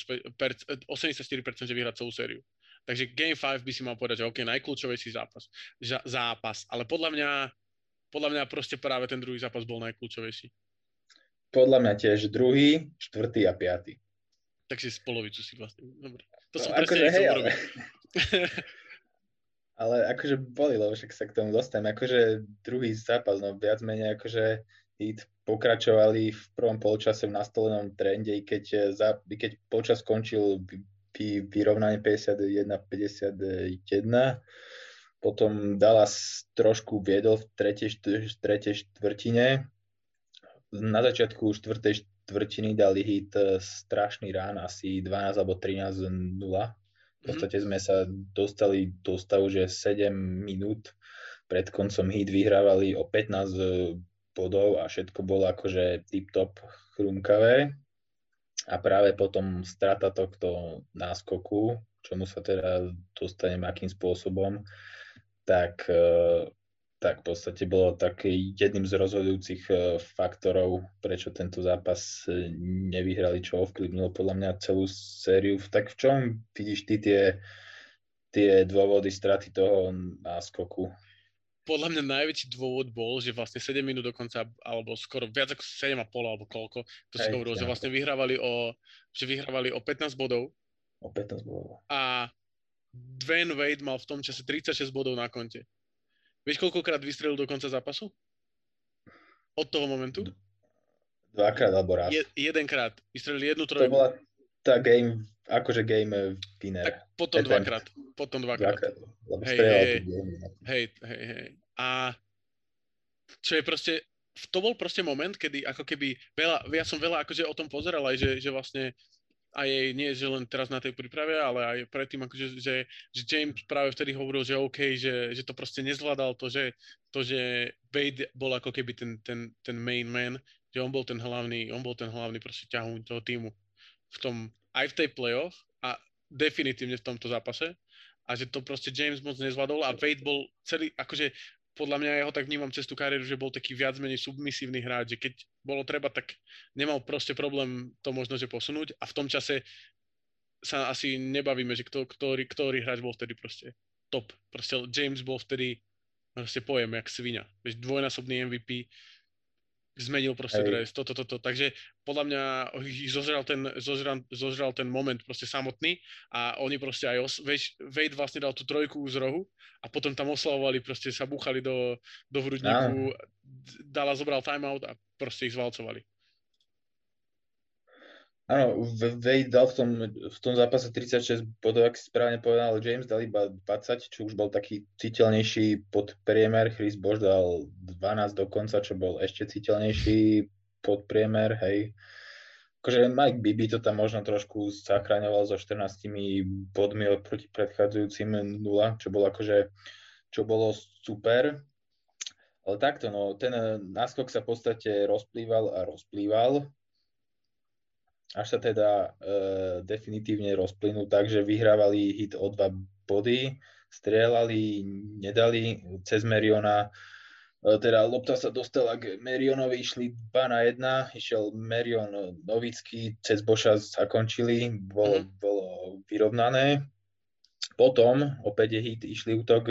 že vyhrá celú sériu. Takže Game 5 by si mal povedať, že OK, najkľúčovejší zápas. Ale podľa podľa mňa proste práve ten druhý zápas bol najkľúčovejší. Podľa mňa tiež druhý, štvrtý a piaty. Takže z polovicu si vlastne. Dobre. To No, som akože presne nechcel hej, urobiť. ale akože boli, lebo však sa k tomu dostanem. Akože druhý zápas, no viac menej akože Heat pokračovali v prvom polčase v nastolenom trende, i keď polčas skončil vyrovnanie 51-51. Potom Dallas trošku viedol v tretej štvrtine. Na začiatku štvrtej štvrtiny dali Heat strašný rán, asi 12 alebo 13-0. V podstate sme sa dostali do stavu, že 7 minút pred koncom Heat vyhrávali o 15 bodov a všetko bolo akože tip-top chrumkavé. A práve potom strata tohto náskoku, čomu sa teda dostanem akým spôsobom, tak v podstate bolo taký jedným z rozhodujúcich faktorov, prečo tento zápas nevyhrali, čo ovplyvnilo podľa mňa celú sériu. Tak v čom vidíš ty tie dôvody straty toho náskoku? Podľa mňa najväčší dôvod bol, že vlastne 7 minút dokonca, alebo skoro viac ako 7,5 alebo koľko, to si hovoril, že vlastne vyhrávali o 15 bodov. O 15 bodov. A Dwayne Wade mal v tom čase 36 bodov na konte. Vieš, koľkokrát vystrelil do konca zápasu? Od toho momentu? Dvakrát alebo raz. Jedenkrát. Vystrelil jednu trojku. To bola tá game winner. Tak potom dvakrát. Lebo strelal hej. A čo je proste, to bol proste moment, kedy ako keby ja som veľa akože o tom pozeral aj, že vlastne aj nie, že len teraz na tej príprave, ale aj predtým, akože, že James práve vtedy hovoril, že OK, že to proste nezvládal to, že Wade bol ako keby ten main man, že on bol ten hlavný proste ťahuň toho týmu aj v tej playoff a definitívne v tomto zápase a že to proste James moc nezvládol a Wade bol celý, akože podľa mňa ja ho tak vnímam cez tú kariéru, že bol taký viac menej submisívny hráč, že keď bolo treba, tak nemal proste problém to možno, že posunúť a v tom čase sa asi nebavíme, že ktorý hráč bol vtedy proste top. Proste James bol vtedy proste pojem, jak svinia. Vieš, dvojnásobný MVP, zmenil proste dres, toto. Takže podľa mňa ich zožral ten moment proste samotný a oni proste aj, Wade vlastne dal tú trojku z rohu a potom tam oslavovali, proste sa búchali do hrudníku, Dala zobral timeout a proste ich zvalcovali. Áno, Wade dal v tom zápase 36 bodov, ak si správne povedal, James dal iba 20, čo už bol taký citeľnejší podpriemer, Chris Bosh dal 12 dokonca, čo bol ešte citeľnejší podpriemer, hej. Akože Mike Bibby to tam možno trošku zachraňoval so 14 bodmi proti predchádzajúcim 0, čo bolo super. Ale takto, no, ten náskok sa v podstate rozplýval, až sa teda definitívne rozplynul tak, že vyhrávali Heat o 2 body, strieľali, nedali cez Mariona. Teda lopta sa dostala k Marionovi, išli 2-1, išiel Marion Nowitzki, cez Bosha zakončili, bolo vyrovnané. Potom opäť Heat išli útok,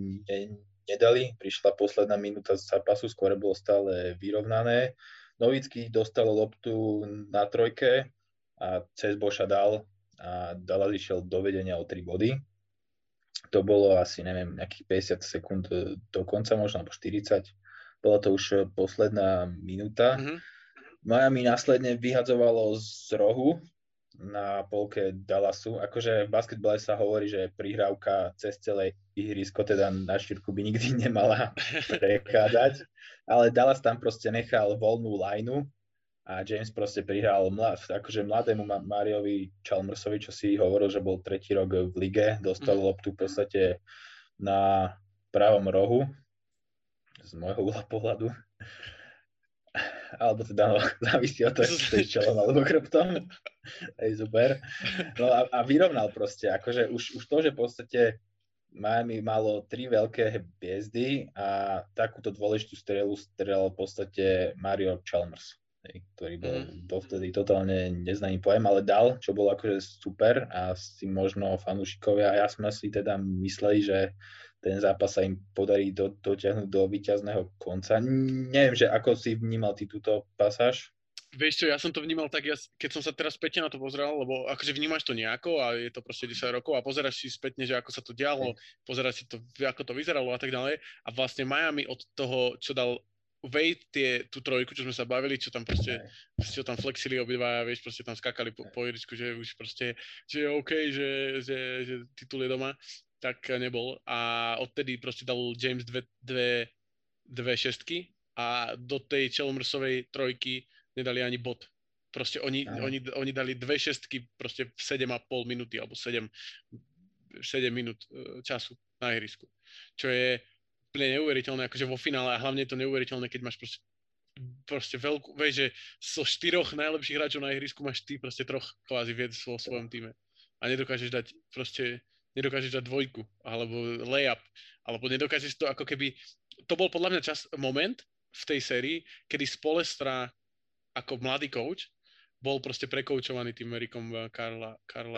nedali, prišla posledná minúta zápasu, skôr bolo stále vyrovnané. Nowitzki dostal loptu na trojke a cez Bosha dal a Dallas išiel do vedenia o 3 body. To bolo asi, neviem, nejakých 50 sekúnd do konca, možno alebo 40. Bola to už posledná minúta. Miami následne vyhadzovalo z rohu na polke Dallasu. Akože v basketbale sa hovorí, že prihrávka cez celé ihrisko, teda na šírku by nikdy nemala prechádzať, ale Dallas tam proste nechal voľnú lineu a James proste prihral akože mladému Mariovi Chalmersovi, čo si hovoril, že bol 3. rok v lige, dostal loptu v podstate na pravom rohu z môjho uhla pohľadu. Alebo teda, no, závisí od toho, či čelom alebo chrbtom. Hej, super. No a vyrovnal proste, akože už to, že v podstate Miami malo 3 veľké hviezdy a takúto dôležitú strelal v podstate Mario Chalmers, ktorý bol dovtedy totálne neznámy pojem, ale dal, čo bolo akože super a si možno fanúšikovia a ja sme si teda mysleli, že ten zápas sa im podarí dotiahnuť do víťazného konca. Neviem, že ako si vnímal ty túto pasáž? Vieš čo, ja som to vnímal tak, keď som sa teraz spätne na to pozeral, lebo akože vnímaš to nejako a je to proste 10 rokov a pozeráš si spätne, že ako sa to dialo, pozeráš si to, ako to vyzeralo a tak ďalej. A vlastne Miami od toho, čo dal Wade tú trojku, čo sme sa bavili, čo tam proste tam flexili obidvaja, vieš, proste tam skakali po ihrisku, že už proste, že je OK, že titul je doma, tak nebol. A odtedy proste dal James dve šestky a do tej Chalmersovej trojky nedali ani bod. Proste oni dali dve šestky proste v 7,5 minúty alebo 7 minút času na ihrisku. Čo je úplne neuveriteľné, akože vo finále a hlavne je to neuveriteľné, keď máš proste veľkú, vieš, že zo 4 najlepších hráčov na ihrisku máš ty proste 3 kvázi vied vo svojom týme. A nedokážeš dať dvojku, alebo layup, alebo nedokážeš to ako keby, to bol podľa mňa moment v tej sérii, kedy Spoelstra ako mladý coach bol proste prekoučovaný tým Erikom Carla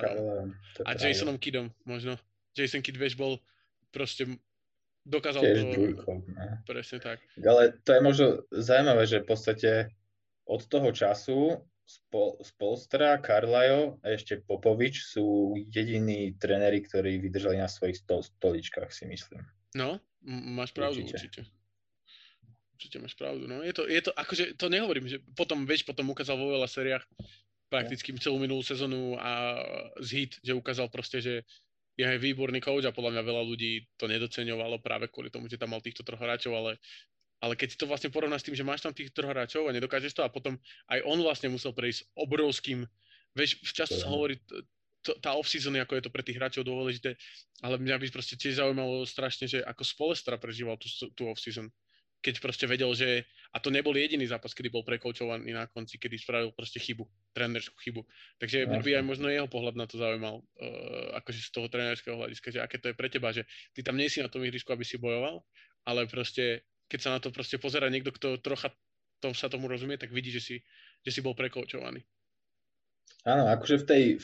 a Jasonom Kiddom možno. Jason Kidd, vieš, bol proste dokázal tiež to... druhýchov, ne? Presne tak. Ale to je možno zaujímavé, že v podstate od toho času Spoelstra, Carlisle a ešte Popovič sú jediní tréneri, ktorí vydržali na svojich stoličkách, si myslím. No, máš pravdu určite. Určite máš pravdu. No, je to akože, to nehovorím, že potom ukázal vo veľa sériách prakticky celú minulú sezónu a z Heat, že ukázal proste, že je aj výborný coach a podľa mňa veľa ľudí to nedoceňovalo práve kvôli tomu, že tam mal týchto 3 hráčov, ale keď si to vlastne porovnáš s tým, že máš tam tých 3 hráčov a nedokážeš to a potom aj on vlastne musel prejsť obrovským, vieš, často sa hovorí, tá off-season, ako je to pre tých hráčov dôležité, ale mňa by proste tiež zaujímalo strašne, že ako Spoelstra prežíval tú off-season. Keď proste vedel, že... A to nebol jediný zápas, kedy bol prekoučovaný na konci, kedy spravil proste chybu, trénerskú chybu. Takže mňa by aj možno jeho pohľad na to zaujímal, akože z toho trénerského hľadiska, že aké to je pre teba, že ty tam nie si na tom ihrisku, aby si bojoval, ale proste, keď sa na to proste pozerá niekto, kto trocha sa tomu rozumie, tak vidí, že si bol prekoučovaný. Áno, akože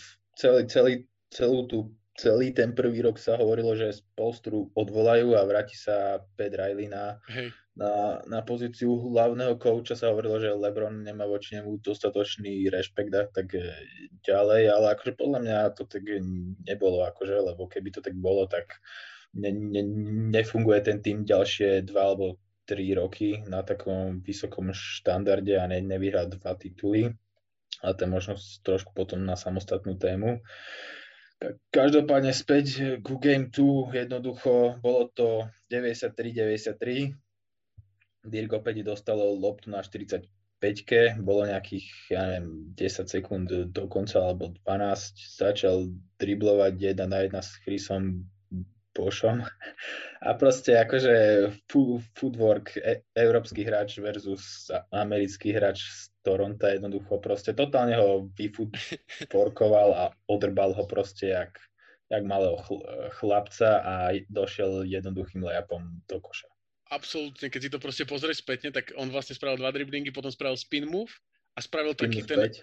celý ten prvý rok sa hovorilo, že Spoelstru odvolajú a vráti sa Pat Riley na pozíciu hlavného kouča. Sa hovorilo, že LeBron nemá voči nemu dostatočný rešpekt a tak ďalej, ale akože podľa mňa to tak nebolo, akože, lebo keby to tak bolo, tak nefunguje ten tým ďalšie 2 alebo 3 roky na takom vysokom štandarde a nevyhrá 2 tituly. Ale to je možno trošku potom na samostatnú tému. Každopádne späť ku Game 2, jednoducho bolo to 93-93. Dirk opäť dostalo loptu na 45-ke, bolo nejakých, ja neviem, 10 sekúnd do konca alebo 12. Začal driblovať 1 na 1 s Chrisom Bošom a proste akože footwork, európsky hráč versus americký hráč z Toronto, jednoducho proste totálne ho vyfootworkoval a odrbal ho proste jak malého chlapca a došiel jednoduchým layupom do koša. Absolútne, keď si to proste pozrieš spätne, tak on vlastne spravil 2 driblingy, potom spravil spin move a spravil taký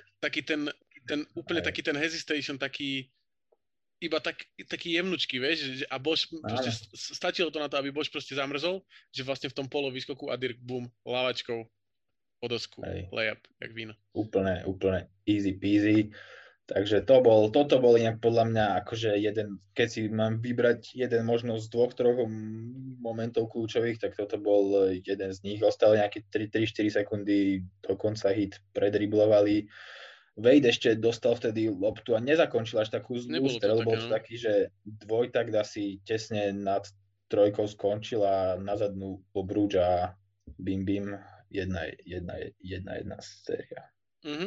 ten hesitation, iba taký jemnučký, vieš, a Boš proste stačilo to na to, aby Boš proste zamrzol, že vlastne v tom polo výskoku a Dirk boom, lavačkou po dosku, layup, jak víno. Úplne easy peasy. Takže toto bol inak podľa mňa akože keď si mám vybrať jeden možno z 2-3 momentov kľúčových, tak toto bol jeden z nich. Ostali nejaké 3-4 sekundy, dokonca Heat predriblovali. Wade ešte dostal vtedy loptu a nezakončil až takú zlú strelu, bol to taký, že dvojtakt asi tesne nad trojkou skončil a na zadnú obrúč a bim, jedna séria. Mm-hmm.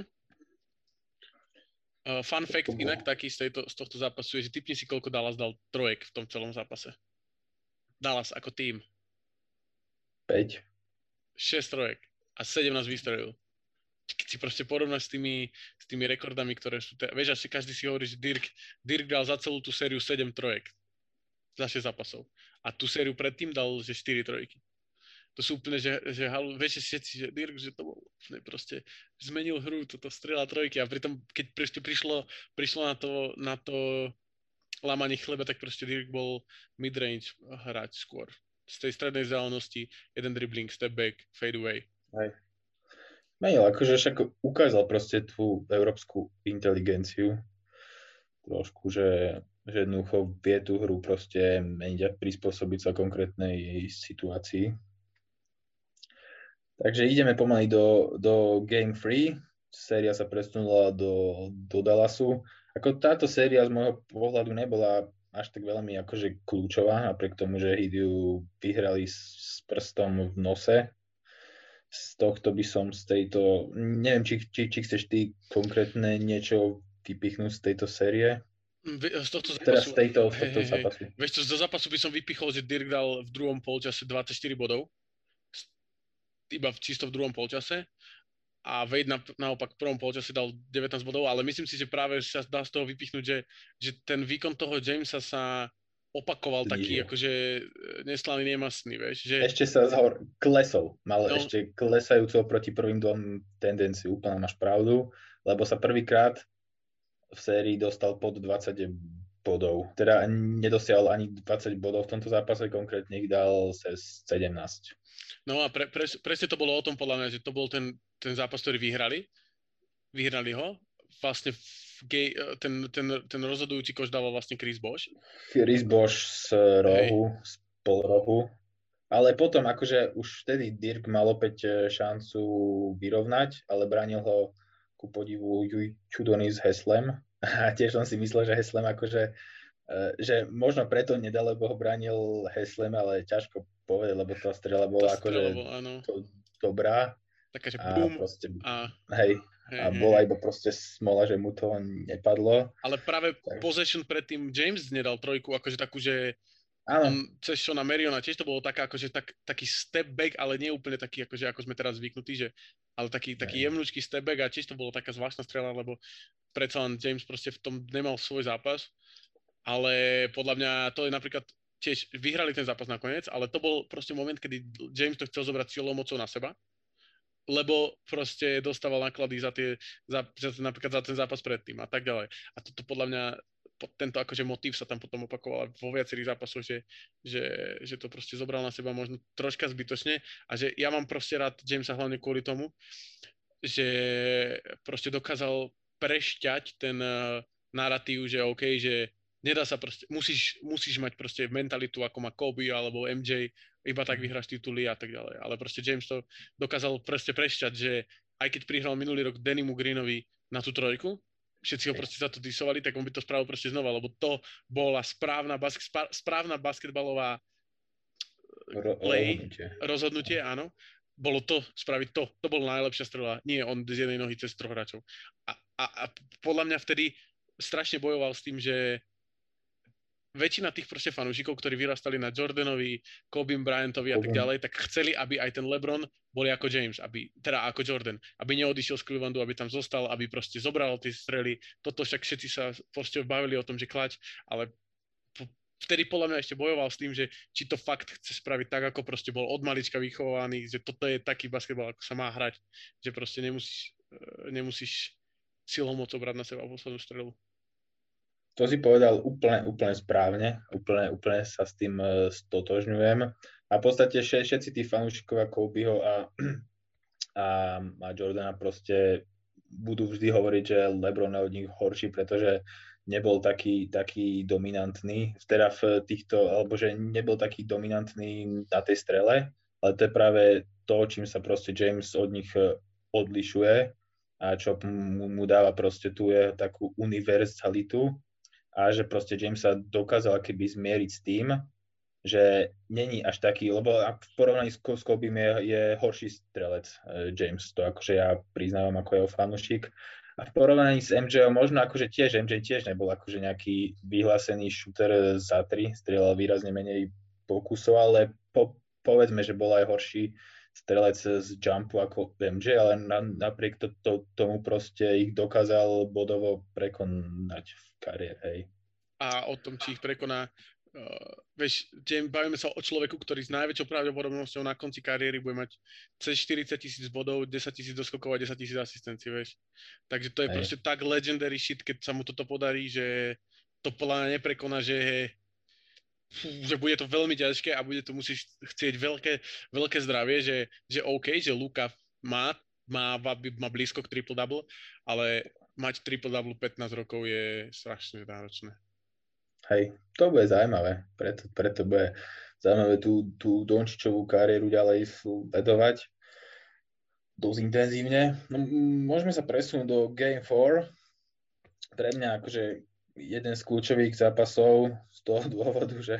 Fun fact inak taký z tohto zápasu je, že tipni si, koľko Dallas dal trojek v tom celom zápase. Dallas ako tým. 5. 6 trojek a 17 vystrelil. Keď si proste porovnáš s tými rekordami, ktoré sú... Vieš, asi každý si hovorí, že Dirk dal za celú tú sériu 7 trojek. Za 6 zápasov. A tú sériu predtým dal, že 4 trojky. To sú úplne, že vieš, všetci, že Dirk, že to bol proste zmenil hru, toto strieľa trojky a pritom, keď prišlo na to lámaní chleba, tak proste Dirk bol mid-range hráč skôr. Z tej strednej vzdialenosti, jeden dribbling, step back, fade away. Hej. Menil, akože však ukázal proste tú európsku inteligenciu trošku, že jednoducho vie tú hru proste meniť a prispôsobiť sa konkrétnej situácii. Takže ideme pomaly do Game 3. Séria sa presunula do Dallasu. Ako táto séria z môjho pohľadu nebola až tak veľmi akože kľúčová, napriek tomu, že Heat ju vyhrali s prstom v nose. Z tohto by som z tejto... Neviem, či chceš ty konkrétne niečo vypichnúť z tejto série? Z tohto Teda zápasu, z tohto zápasu. Vieš čo, zo zápasu by som vypichol, že Dirk dal v druhom polčase 24 bodov. Iba čisto v druhom polčase. A Wade naopak v prvom polčase dal 19 bodov, ale myslím si, že práve sa dá z toho vypichnúť, že ten výkon toho Jamesa sa opakoval taký, akože neslaný, nemastný, vieš. Že... Ešte sa klesol, mal ešte klesajúco proti prvým dvom tendenciu, úplne máš pravdu, lebo sa prvýkrát v sérii dostal pod 20 bodov. Teda nedosiahol ani 20 bodov v tomto zápase, konkrétne ich dal cez 17. No a presne to bolo o tom, podľa mňa, že to bol ten zápas, ktorý vyhrali. Vyhrali ho. Vlastne ten rozhodujúci koš dával vlastne Chris Bosh. Chris Bosh z rohu, z polrohu. Ale potom akože už vtedy Dirk mal opäť šancu vyrovnať, ale bránil ho ku podivu Čudony s Heslem. A tiež som si myslel, že Heslem akože že možno preto nedal, lebo ho bránil Heslem, ale ťažko povedať, lebo tá strela bola akože dobrá. Taká, že boom. A bola iba proste smola, že mu to nepadlo. Ale práve possession predtým James nedal trojku, akože takú, že on cez Shona Mariona tiež to bolo taká, akože taký step back, ale nie úplne taký, akože ako sme teraz zvyknutí, ale taký jemnúčky step back a tiež to bolo taká zvláštna strela, lebo predsa len James proste v tom nemal svoj zápas. Ale podľa mňa to je napríklad tiež vyhrali ten zápas nakoniec, ale to bol proste moment, kedy James to chcel zobrať silou mocou na seba, lebo proste dostával náklady napríklad za ten zápas predtým a tak ďalej. A toto podľa mňa, tento akože motív sa tam potom opakoval vo viacerých zápasoch, že to proste zobral na seba možno troška zbytočne a že ja mám proste rád Jamesa hlavne kvôli tomu, že proste dokázal prešťať ten narratív, že OK, že nedá sa proste, musíš mať proste mentalitu, ako má Kobe alebo MJ, iba tak vyhráš tituly a tak ďalej. Ale proste James to dokázal proste prešťať, že aj keď prihral minulý rok Dannymu Greenovi na tú trojku, všetci ho proste za to disovali, tak on by to spravil proste znova, lebo to bola správna basketbalová rozhodnutie, áno. Bolo to, spraviť to. To bola najlepšia strela. Nie on z jednej nohy cez troch hráčov. A podľa mňa vtedy strašne bojoval s tým, že väčšina tých proste fanúšikov, ktorí vyrastali na Jordanovi, Kobe Bryantovi a tak ďalej, tak chceli, aby aj ten LeBron boli ako James, teda ako Jordan, aby neodišiel z Clevelandu, aby tam zostal, aby proste zobral tie strely. Toto však všetci sa proste bavili o tom, že klač, ale vtedy podľa mňa ešte bojoval s tým, že či to fakt chce spraviť tak, ako proste bol od malička vychovaný, že toto je taký basketbal, ako sa má hrať, že proste nemusíš silou mocou brať na seba poslednú strelu. To si povedal úplne správne, úplne sa s tým stotožňujem. A v podstate všetci tí fanúšikovia Kobeho a Jordana proste budú vždy hovoriť, že LeBron je od nich horší, pretože nebol taký dominantný, teda v týchto, alebo že nebol taký dominantný na tej strele, ale to je práve to, čím sa proste James od nich odlišuje a čo mu dáva proste tú takú univerzalitu. A že proste James sa dokázal keby zmieriť s tým, že není až taký, lebo v porovnaní s Kobim je horší strelec James, to akože ja priznávam ako jeho fanúšik. A v porovnaní s MJ možno akože MJ tiež nebol akože nejaký vyhlásený šúter za 3, strieľal výrazne menej pokusov, ale povedzme, že bol aj horší strelec z jumpu ako MJ, ale napriek tomu proste ich dokázal bodovo prekonať v kariére. Hej. A o tom, či ich prekoná, vieš, bavíme sa o človeku, ktorý s najväčšou pravdepodobnosťou na konci kariéry bude mať cez 40,000 bodov, 10,000 doskokov a 10,000 asistencií, vieš. Takže to je proste tak legendary shit, keď sa mu toto podarí, že to podľa mňa neprekoná, že bude to veľmi ťažké a bude to musieť chcieť veľké zdravie, že OK, že Luka má blízko k triple-double, ale mať triple-double 15 rokov je strašne náročné. Hej, to bude zaujímavé. Preto bude zaujímavé tú Dončičovú kariéru ďalej sledovať dosť intenzívne. No, môžeme sa presunúť do Game 4. Pre mňa akože jeden z kľúčových zápasov z toho dôvodu, že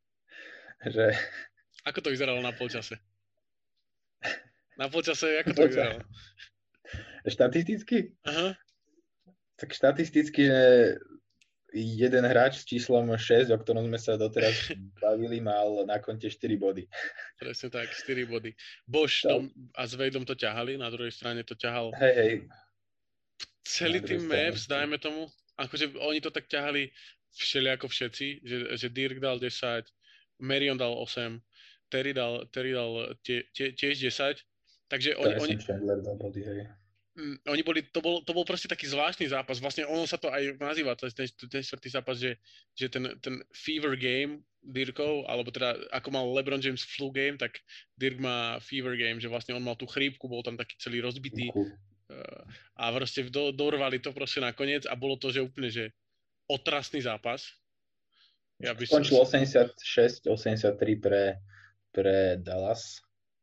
Ako to vyzeralo na polčase? Na polčase, ako to vyzeralo? Štatisticky? Aha. Tak štatisticky, že jeden hráč s číslom 6, o ktorom sme sa doteraz bavili, mal na konte 4 body. Presne tak, 4 body. Bosch a s Wadeom to ťahali, na druhej strane to ťahal Hej. celý tým Mavs, dajme tomu. Akože oni to tak ťahali všelijako všetci, že Dirk dal 10, Marion dal 8, Terry dal tiež 10. Takže oni Chandler dal body, hej. Oni boli, to bol proste taký zvláštny zápas. Vlastne ono sa to aj nazýva, ten štvrtý zápas, že ten fever game Dirkov, alebo teda ako mal LeBron James flu game, tak Dirk má fever game, že vlastne on mal tú chrípku, bol tam taký celý rozbitý a proste dorvali to proste nakoniec a bolo to, že úplne, že otrasný zápas. Skončil 86-83 pre Dallas.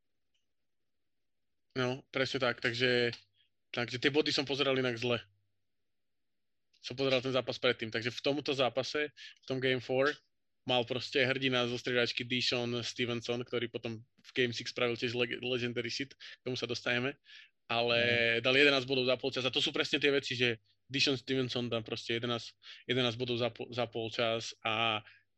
No, presne tak, takže tie body som pozeral inak zle. Som pozeral ten zápas predtým. Takže v tomto zápase, v tom Game 4, mal proste hrdina zo striedačky Deshaun Stevenson, ktorý potom v Game 6 spravil tiež legendary shit, k tomu sa dostajeme. Ale dal 11 bodov za polčas. A to sú presne tie veci, že Deshaun Stevenson dá proste 11 bodov za polčas a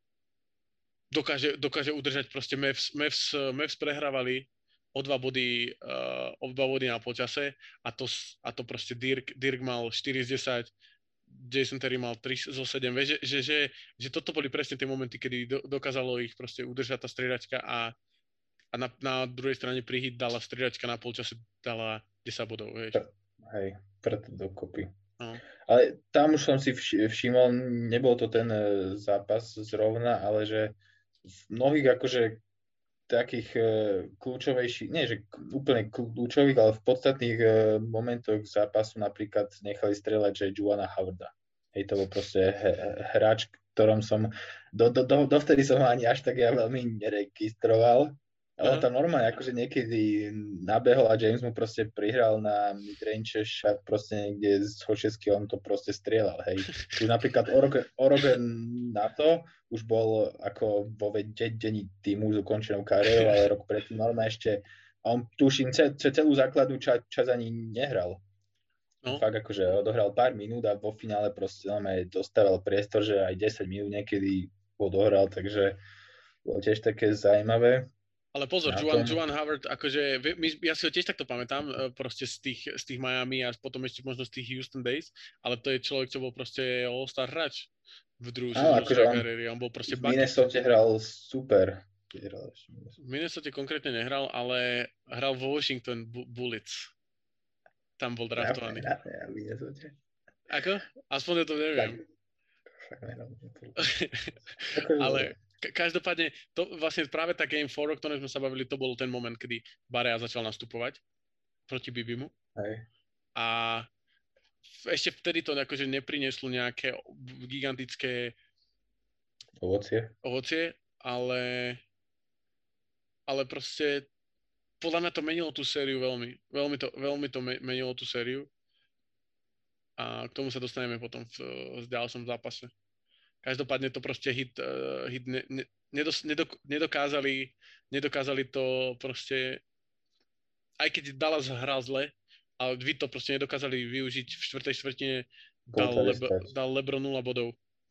dokáže udržať proste Mavs prehrávali o 2 body na počase a to proste Dirk mal 4 z 10, Jason Terry mal 3 zo 7. Vieš, že toto boli presne tie momenty, kedy dokázalo ich proste udržať tá striedačka a na druhej strane prihýt dala striedačka na polčase, dala 10 bodov, vieš. Hej, preto dokopy. No. Ale tam už som si všimol, nebol to ten zápas zrovna, ale že v mnohých akože takých kľúčovejších, nie že úplne kľúčových, ale v podstatných momentoch zápasu napríklad nechali strieľať, že Juwana Howarda. Hej, to bol proste hráč, ktorom som dovtedy som ho ani až tak ja veľmi neregistroval. Ale on tam normálne akože niekedy nabehol a James mu proste prihral na midrange shot proste niekde z Hošesky, on to proste strieľal, hej. Už napríklad o rok na to už bol ako vo vedení týmu s ukončenou kariérou, ale rok predtým normálne ešte, a on tuším celú základnú časť ani nehral. No. Fakt akože odohral pár minút a vo finále proste normálne dostával priestor, že aj 10 minút niekedy odohral, takže bolo tiež také zaujímavé. Ale pozor, Juwan Howard, akože, ja si ho tiež takto pamätám, proste z tých Miami a potom ešte možno z tých Houston Days, ale to je človek, čo bol proste all-star hrač v druhej svojej kariéry. On bol proste v Minnesota hral super. V Minnesota konkrétne nehral, ale hral vo Washington Bullets. Tam bol draftovaný. Ako? Aspoň ja to neviem. Ale každopádne, to vlastne práve tá Game 4, o ktorej sme sa bavili, to bol ten moment, kedy Barea začal nastupovať proti Bibimu. Hej. A ešte vtedy to akože neprineslo nejaké gigantické ovocie, ale proste podľa mňa to menilo tú sériu veľmi to menilo tú sériu a k tomu sa dostaneme potom v ďalšom zápase. Každopádne to proste nedokázali to proste, aj keď Dallas hral zle, ale vy to proste nedokázali využiť v štvrtej štvrtine, dal LeBron 0 bodov.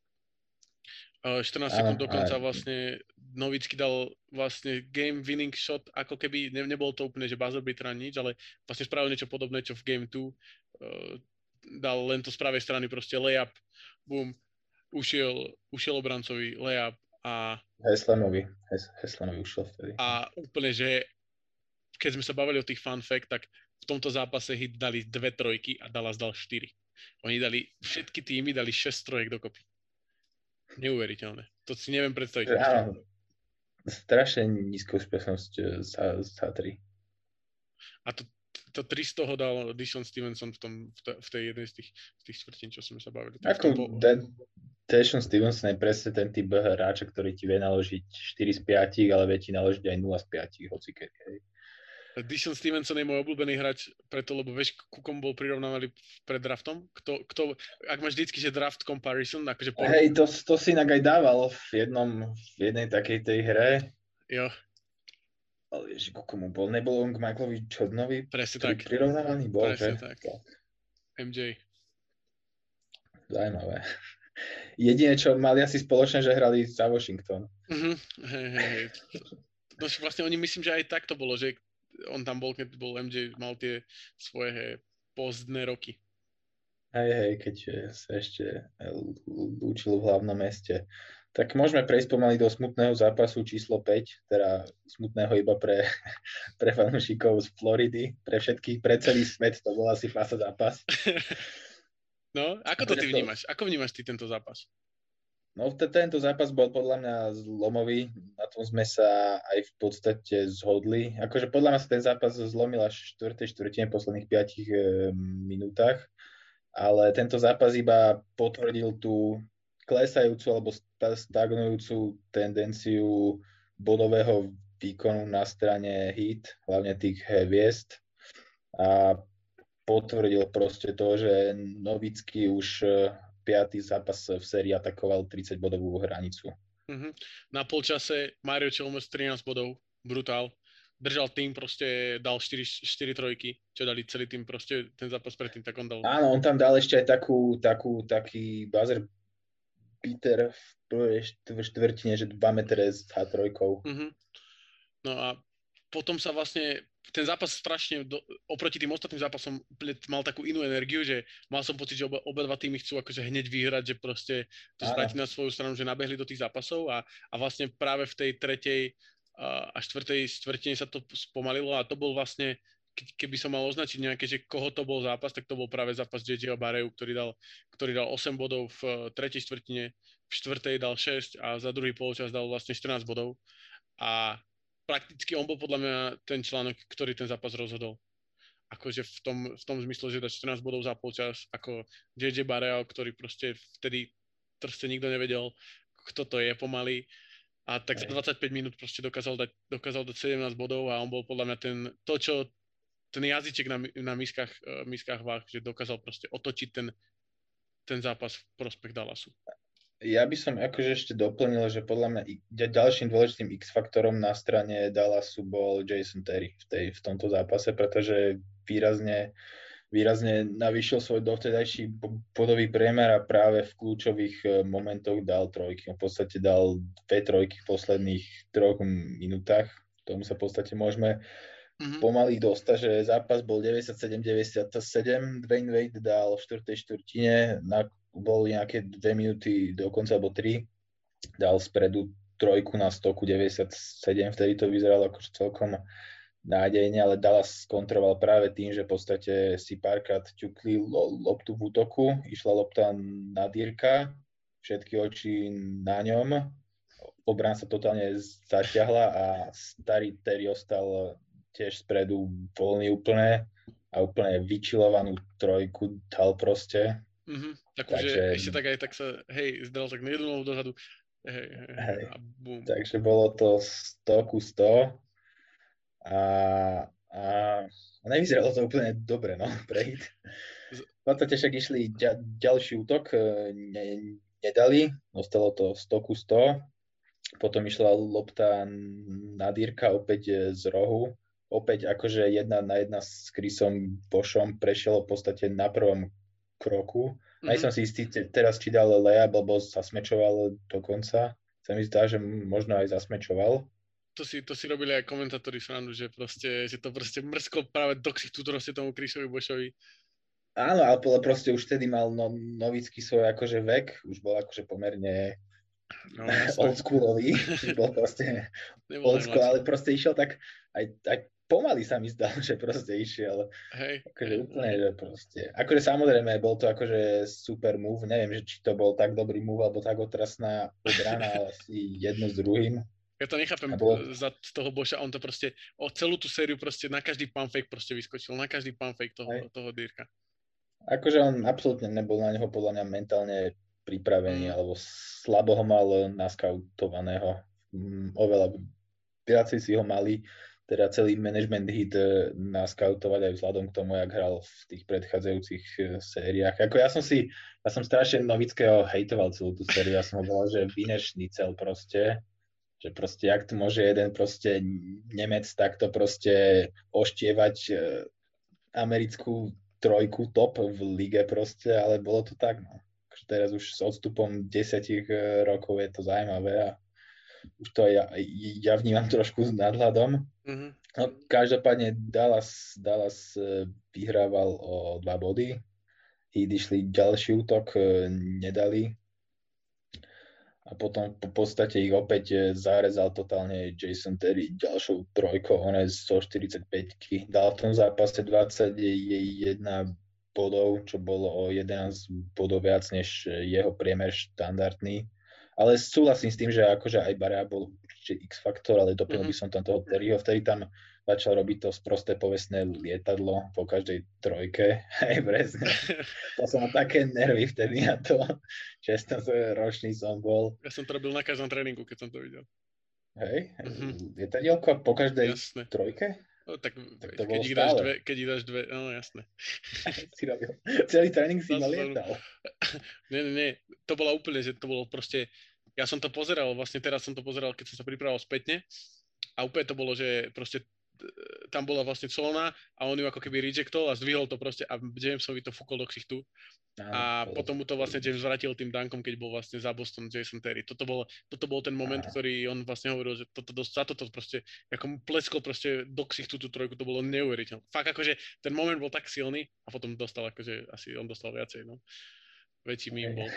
14 sekúnd dokonca vlastne Nowitzki dal vlastne game winning shot, ako keby nebol to úplne, že buzzer beater ani nič, ale vlastne spravil niečo podobné, čo v game 2 dal len to z pravej strany proste layup, boom, ušiel obrancovi layup a Heslanovi ušiel vtedy. A úplne, že keď sme sa bavili o tých fun fact, tak v tomto zápase Heat dali 2 trojky a Dallas dal 4. Všetky týmy dali 6 trojek dokopy. Neuveriteľné. To si neviem predstaviť Že proste. áno, strašne nízka úspešnosť sa 3. A to 3 z toho dal Dishon Stevenson v tej jednej z tých štvrtín, čo sme sa bavili. Tak v tom Ako Deshaun Stevenson je presne ten typ hráča, ktorý ti vie naložiť 4 z 5, ale vie ti naložiť aj 0 z 5, hoci keď. Dishon Stevenson je môj obľúbený hráč preto, lebo vieš, ku komu bol prirovnávaný pred draftom? Ak máš vždycky, že draft comparison, akože Hej, to si inak aj dával v jednej takej tej hre. Jo. Ale ježi, ku komu bol? Nebol on k Michaelovi Jordanovi Presne tak. prirovnávaný? Bol, Presne že? tak. MJ. Zajímavé. Jediné, čo mali asi spoločné, že hrali za Washington. Hej. No vlastne oni myslím, že aj tak to bolo, že on tam bol, keď bol MJ, mal tie svoje pozdné roky. Hej, keď sa ešte učil v hlavnom meste. Tak môžeme prejsť pomaly do smutného zápasu číslo 5, teda smutného iba pre fanúšikov z Floridy, pre všetkých, pre celý svet, to bol asi fasa zápas. No, ako to ty vnímaš? Ako vnímaš ty tento zápas? No, tento zápas bol podľa mňa zlomový, na tom sme sa aj v podstate zhodli. Akože podľa mňa sa ten zápas zlomil až v 4. štvrtine posledných 5 minútach, ale tento zápas iba potvrdil tú klesajúcu alebo stagnujúcu tendenciu bodového výkonu na strane Heat, hlavne tých hviezd. A potvrdil proste to, že Nowitzki už 5. zápas v sérii atakoval 30-bodovú hranicu. Na polčase Mario Chalmers 13 bodov, brutál. Držal tým, proste dal 4 trojky, čo dali celý tým proste ten zápas predtým, tak on dal... Áno, on tam dal ešte aj taký buzzer beater v štvrtine, že 2 metre s H3. No a potom sa vlastne ten zápas strašne oproti tým ostatným zápasom mal takú inú energiu, že mal som pocit, že oba dva týmy chcú akože hneď vyhrať, že proste to zvrátiť na svoju stranu, že nabehli do tých zápasov a vlastne práve v tej tretej a štvrtej štvrtine sa to spomalilo a to bol vlastne, keby som mal označiť nejaké, že koho to bol zápas, tak to bol práve zápas JJ Barreju, ktorý dal 8 bodov v tretej štvrtine, v štvrtej dal 6 a za druhý polčas dal vlastne 14 bodov a prakticky on bol podľa mňa ten článok, ktorý ten zápas rozhodol. Akože v tom zmysle, že dať 14 bodov za polčas, ako JJ Barreo, ktorý proste vtedy proste nikto nevedel, kto to je pomaly. A tak za 25 minút proste dokázal dať 17 bodov a on bol podľa mňa ten jazyček na miskách váh, že dokázal proste otočiť ten zápas v prospech Dallasu. Ja by som akože ešte doplnil, že podľa mňa ďalším dôležitým X-faktorom na strane Dallasu bol Jason Terry v tomto zápase, pretože výrazne navýšil svoj dovtedajší bodový priemer a práve v kľúčových momentoch dal trojky. V podstate dal 2 trojky v posledných 3 minútach. Tomu sa v podstate môžeme pomaly dostať, že zápas bol 97-97, Dwayne Wade dal v 4. štvrtine, boli nejaké 2 minúty dokonca, alebo 3, dal spredu trojku na stoku 97, vtedy to vyzeralo akože celkom nádejne, ale Dallas kontroval práve tým, že v podstate si párkrát ťukli loptu v útoku, išla lopta na Dierka, všetky oči na ňom, obrana sa totálne zaťahla a starý Terry ostal tiež spredu voľný úplne a úplne vyčilovanú trojku dal proste. Takže ešte tak aj tak sa, zdal tak na 1-0 dozadu. A bum. Takže bolo to 100 ku 100 a nevyzeralo to úplne dobre, no, pre Heat. V podstate však išli ďalší útok, nedali, ostalo to 100 ku 100. Potom išla lopta na Dierka opäť z rohu. Opäť akože 1-1 s Chrisom Boshom prešiel v podstate na prvom kroku. Aj som si istý teraz, či dal layup, alebo zasmečoval dokonca. Sa mi zdá, že možno aj zasmečoval. To si robili aj komentátori srandu, že to proste mrsklo práve do ksichtu tomu Chrisovi Boshovi. Áno, ale proste už vtedy mal Nowitzki svoj akože vek, už bol akože pomerne oldschoolový, bol proste oldschool, ale proste išiel tak aj pomaly sa mi zdalo, že proste išiel. Hej, Akože úplne, že proste. Akože samozrejme, bol to akože super move. Neviem, že či to bol tak dobrý move, alebo tak otrasná obrana, ale asi jedno s druhým. Ja to nechápem A bolo, z toho Boša, on to proste, celú tú sériu proste na každý pump fake proste vyskočil, na každý pump fake toho Dirka. akože on absolútne nebol na neho podľa mňa mentálne pripravený, alebo slabo ho mal naskautovaného. Oveľa viacej si ho mali, teda celý management hit naskautovať aj vzhľadom k tomu, jak hral v tých predchádzajúcich sériách. Ako ja som strašne Novického hejtoval celú tú sériu, ja som ho volal, že Wiener Schnitzel proste, že proste, jak tu môže jeden proste Nemec takto proste oštievať americkú trojku top v lige proste, ale bolo to tak, no. Teraz už s odstupom 10 rokov je to zaujímavé a už to ja vnímam trošku s nadhľadom. Mm-hmm. No, každopádne Dallas vyhrával o 2 body. Heat išli ďalší útok, nedali. A potom po podstate ich opäť zarezal totálne Jason Terry ďalšou trojkou, on je zo 45-ky. Dal v tom zápase 21 bodov, čo bolo o 11 bodov viac než jeho priemer štandardný. Ale súhlasím s tým, že akože aj Barea bol určite X-faktor, ale doplnil by som tam toho Terryho, vtedy tam začal robiť to sprosté povestné lietadlo po každej trojke. Hej, presne. To som mal také nervy vtedy na to. 16-ročný som bol. Ja som to robil na každom tréningu, keď som to videl. Hej? Lietadielko po každej trojke? No, tak to keď ich dáš dve, no jasné. Si robil. Celý tréning si ma lietal. Nie. To bola úplne, že to bolo proste, ja som to pozeral, vlastne teraz som to pozeral, keď som sa pripravoval spätne a úplne to bolo, že proste tam bola vlastne colná a on ju ako keby rejectol a zdvihol to proste a Jamesovi to fúkol do ksichtu. A potom mu to vlastne James vrátil tým dunkom, keď bol vlastne za Boston Jason Terry. Toto bol ten moment, ktorý on vlastne hovoril, že za toto proste, ako mu pleskol proste do ksichtu tú trojku, to bolo neuveriteľné. Fakt akože ten moment bol tak silný a potom dostal akože, asi on dostal viacej, no. Väčší mím bol.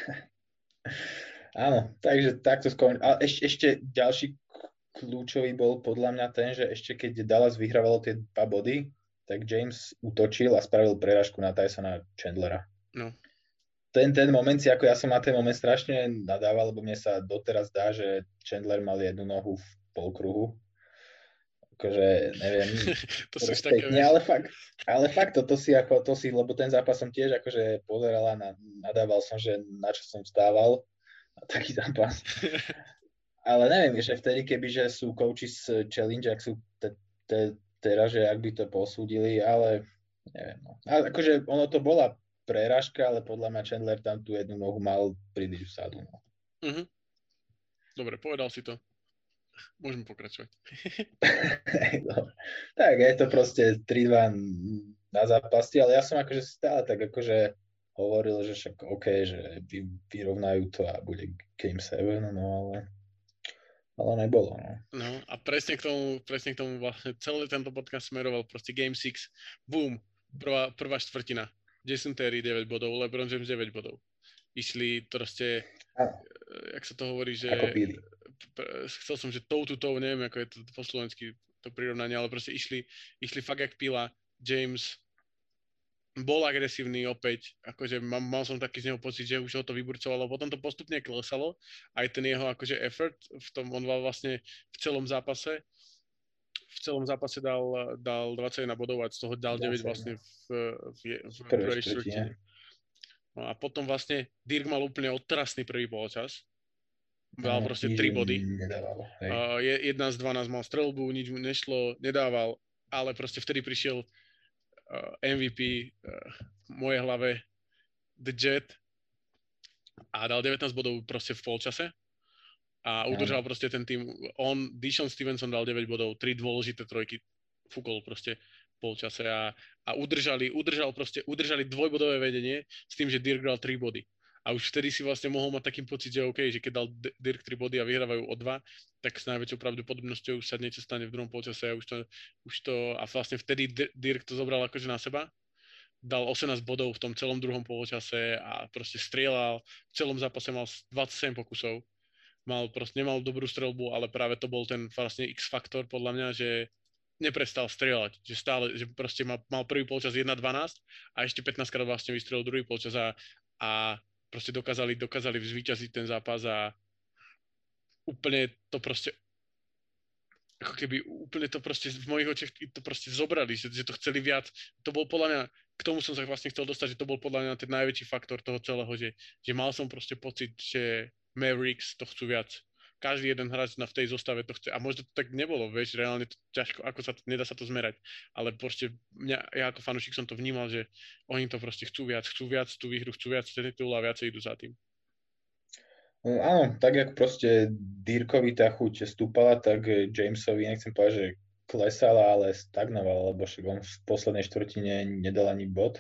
Áno, takže takto skončil. A ešte ďalší kľúčový bol podľa mňa ten, že ešte keď Dallas vyhrávalo tie 2 body, tak James útočil a spravil preražku na Tysona Chandlera. No. Ten moment si, ako ja som na ten moment strašne nadával, lebo mne sa doteraz dá, že Chandler mal jednu nohu v polkruhu. Akože, neviem, to si spätne, ale fakt, to si, lebo ten zápas som tiež akože pozeral a nadával som, že na čo som vstával a taký zápas. Ale neviem, že vtedy, kebyže sú coachi z Challenge, ak sú teraz, že ak by to posúdili, ale neviem. No. A akože ono to bola prerážka, ale podľa mňa Chandler tam tú jednu nohu mal príliš vzadu. No. Uh-huh. Dobre, povedal si to. Môžeme pokračovať. Tak je to proste 3-2 na zápasti, ale ja som akože stále tak akože hovoril, že však OK, že vyrovnajú to a bude Game 7, no ale nebolo. No a presne k tomu vlastne celý tento podcast smeroval, proste Game 6, boom, prvá štvrtina, Jason Terry 9 bodov, LeBron James 9 bodov. Išli proste, jak sa to hovorí, že... Ako píli. Chcel som, že tou, neviem, ako je to po slovensky to prirovnanie, ale proste išli fakt jak píla. James bol agresívny opäť, akože mal som taký z neho pocit, že už ho to vyburcovalo, potom to postupne klesalo, aj ten jeho akože effort, v tom on mal vlastne v celom zápase dal 21 bodov a z toho dal 9 vlastne v prvej štvrtine. No a potom vlastne Dirk mal úplne otrasný prvý polčas, dal proste 3 body, 1 z 12 mal streľbu, nič mu nešlo, nedával, ale proste vtedy prišiel MVP v mojej hlave The Jet a dal 19 bodov proste v polčase a udržal proste ten tým. Deshaun Stevenson dal 9 bodov, 3 dôležité trojky fúkol proste v polčase a udržali dvojbodové vedenie s tým, že Dirk dal 3 body. A už vtedy si vlastne mohol mať takým pocit, že OK, že keď dal Dirk 3 body a vyhrávajú o 2, tak s najväčšou pravdepodobnosťou už sa niečo stane v druhom polčase a a vlastne vtedy Dirk to zobral akože na seba. Dal 18 bodov v tom celom druhom polčase a proste strieľal. V celom zápase mal 27 pokusov. Nemal dobrú streľbu, ale práve to bol ten vlastne X-faktor podľa mňa, že neprestal strieľať, že stále, že proste mal prvý polčas 1-12 a ešte 15 krát vlastne vystrelil druhý polčas a proste dokázali zvíťaziť ten zápas a úplne to proste ako keby úplne to proste v mojich očiach to proste zobrali, že to chceli viac. To bol podľa mňa, k tomu som sa vlastne chcel dostať, že to bol podľa mňa ten najväčší faktor toho celého, že mal som proste pocit, že Mavericks to chcú viac. Každý jeden hráč v tej zostave to chce. A možno to tak nebolo, vieš, reálne to ťažko, nedá sa to zmerať. Ale proste ja ako fanúšik som to vnímal, že oni to proste chcú viac, tú výhru chcú viac, ten titul a viacej idú za tým. Áno, tak ako proste Dirkovi tá chuť stúpala, tak Jamesovi, nechcem povedať, že klesala, ale stagnovala, lebo však on v poslednej štvrtine nedal ani bod.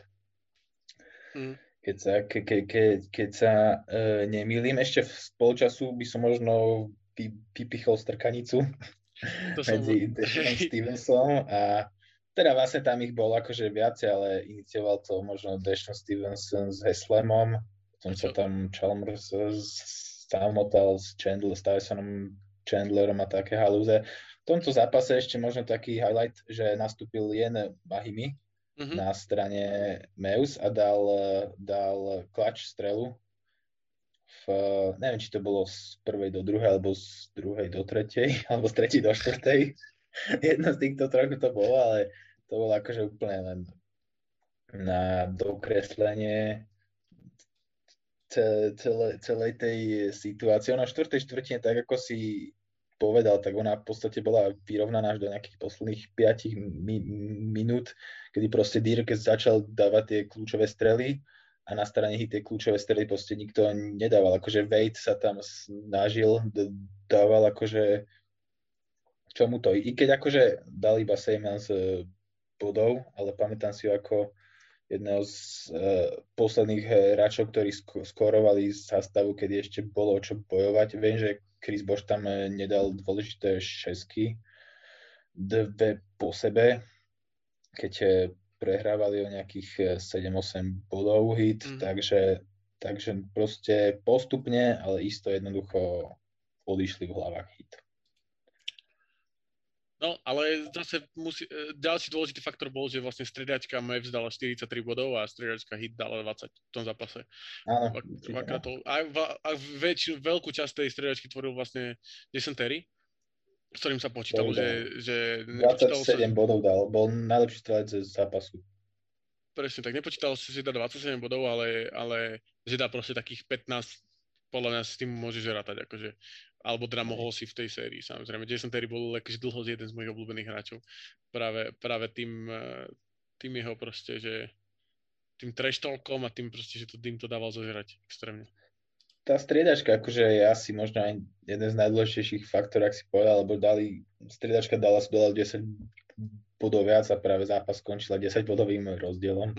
Keď sa nemýlim, ešte v spolčasu by som možno vypichol strkanicu medzi Dashom Stevensonom a teda vlastne tam ich bol akože viacej, ale inicioval to možno Dashon Stevenson s Heslemom, potom sa tam Chalmers zamotal s Tysonom Chandlerom a také halúze. V tomto zápase ešte možno taký highlight, že nastúpil Jen Mahimi na strane Mavs a dal klač strelu. Neviem, či to bolo z prvej do druhej, alebo z druhej do tretej, alebo z tretej do štvrtej. Jedno z týchto troch to bolo, ale to bolo akože úplne len na dokreslenie celej tej situácie. Ona v štvrtej štvrtine, tak ako si povedal, tak ona v podstate bola vyrovnaná až do nejakých posledných 5 minút, kedy proste Dirk začal dávať tie kľúčové strely a na strane tie kľúčové strely proste nikto nedával. Akože Wade sa tam snažil, dával akože čomu to. I keď akože dal iba 17 bodov, ale pamätám si ho ako jedného z posledných hráčov, ktorí skórovali z zástavu, kedy ešte bolo o čo bojovať. Viem, že Chris Bosh tam nedal dôležité šesky, dve po sebe, keď prehrávali o nejakých 7-8 bodov hit, takže proste postupne, ale isto jednoducho odišli v hlavách hit. No, ale zase ďalší dôležitý faktor bol, že vlastne striedačka Mavs dala 43 bodov a striedačka Hit dala 20 v tom zápase. Áno, a veľkú časť tej striedačky tvoril vlastne Jason Terry, s ktorým sa počítalo, že 27 bodov dal, bol najlepší strelec z zápasu. Presne, tak nepočítalo sa, že dá 27 bodov, ale že dá proste takých 15, podľa mňa s tým môžeš rátať, akože alebo teda mohol si v tej sérii, samozrejme. Jason Terry bol akože dlho jeden z mojich obľúbených hráčov. Práve tým jeho proste, že tým trash talkom a tým proste, že tým to dával zožerať extrémne. Tá striedačka akože je asi možno aj jeden z najdôležitejších faktorov, ak si povedal, lebo striedačka dala 10 bodov viac a práve zápas skončila 10-bodovým rozdielom.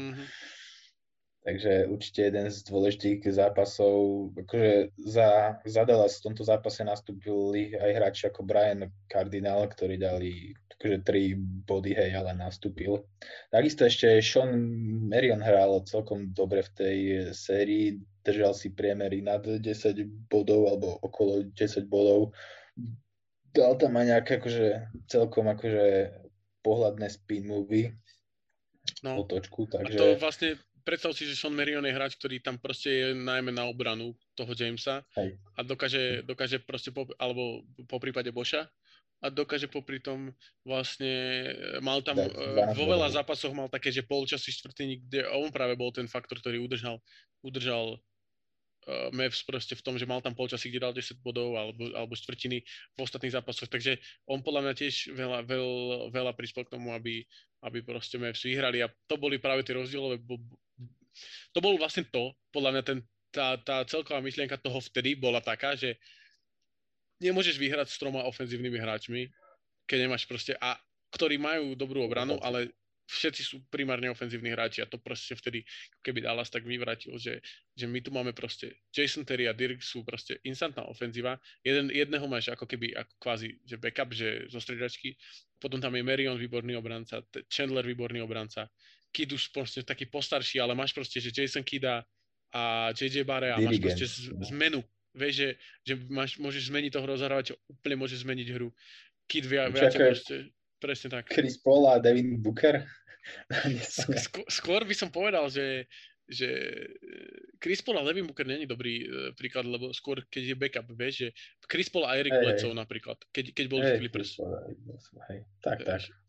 Takže určite jeden z dôležitých zápasov. Akože za Dallas v tomto zápase nastúpili aj hráči ako Brian Cardinal, ktorí dali akože 3 body, hej, ale nastúpil. Takisto ešte Sean Marion hral celkom dobre v tej sérii. Držal si priemery nad 10 bodov alebo okolo 10 bodov. Dal tam aj nejaké akože celkom akože pohľadné spin movie. Otočku, takže... A to vlastne predstav si, že Sean Marion je hráč, ktorý tam proste je najmä na obranu toho Jamesa a dokáže proste, alebo po prípade Bosha a dokáže popri tom vlastne mal tam vo veľa zápasoch mal také, že polčasy štvrtiny, kde on práve bol ten faktor, ktorý udržal Mavs proste v tom, že mal tam polčasy, kde dal 10 bodov alebo štvrtiny v ostatných zápasoch, takže on podľa mňa tiež veľa prispel k tomu, aby proste Mavs vyhrali a to boli práve tie rozdielové to bol vlastne to, podľa mňa tá celková myšlienka toho vtedy bola taká, že nemôžeš vyhrať s 3 ofenzívnymi hráčmi, keď nemáš proste ktorí majú dobrú obranu, ale všetci sú primárne ofenzívni hráči a to proste vtedy, keby Dallas tak vyvrátil, že my tu máme proste Jason Terry a Dirk sú proste instantná ofenzíva, jedného máš ako keby kvázi, že backup, že zo striedačky, potom tam je Marion výborný obranca, Chandler výborný obranca, Kidd už proste taký postarší, ale máš proste, že Jason Kidda a JJ Barre a máš proste zmenu. Vieš, že môžeš zmeniť toho rozhrávača, úplne môžeš zmeniť hru. Kidd viacej proste Presne tak. Chris Paul a Devin Booker. Skôr by som povedal, že Chris Paul a Devin Booker není dobrý príklad, lebo skôr, keď je backup, vieš, že Chris Paul a Eric Bledsoe napríklad, keď bol v Clippers. Hej. Tak.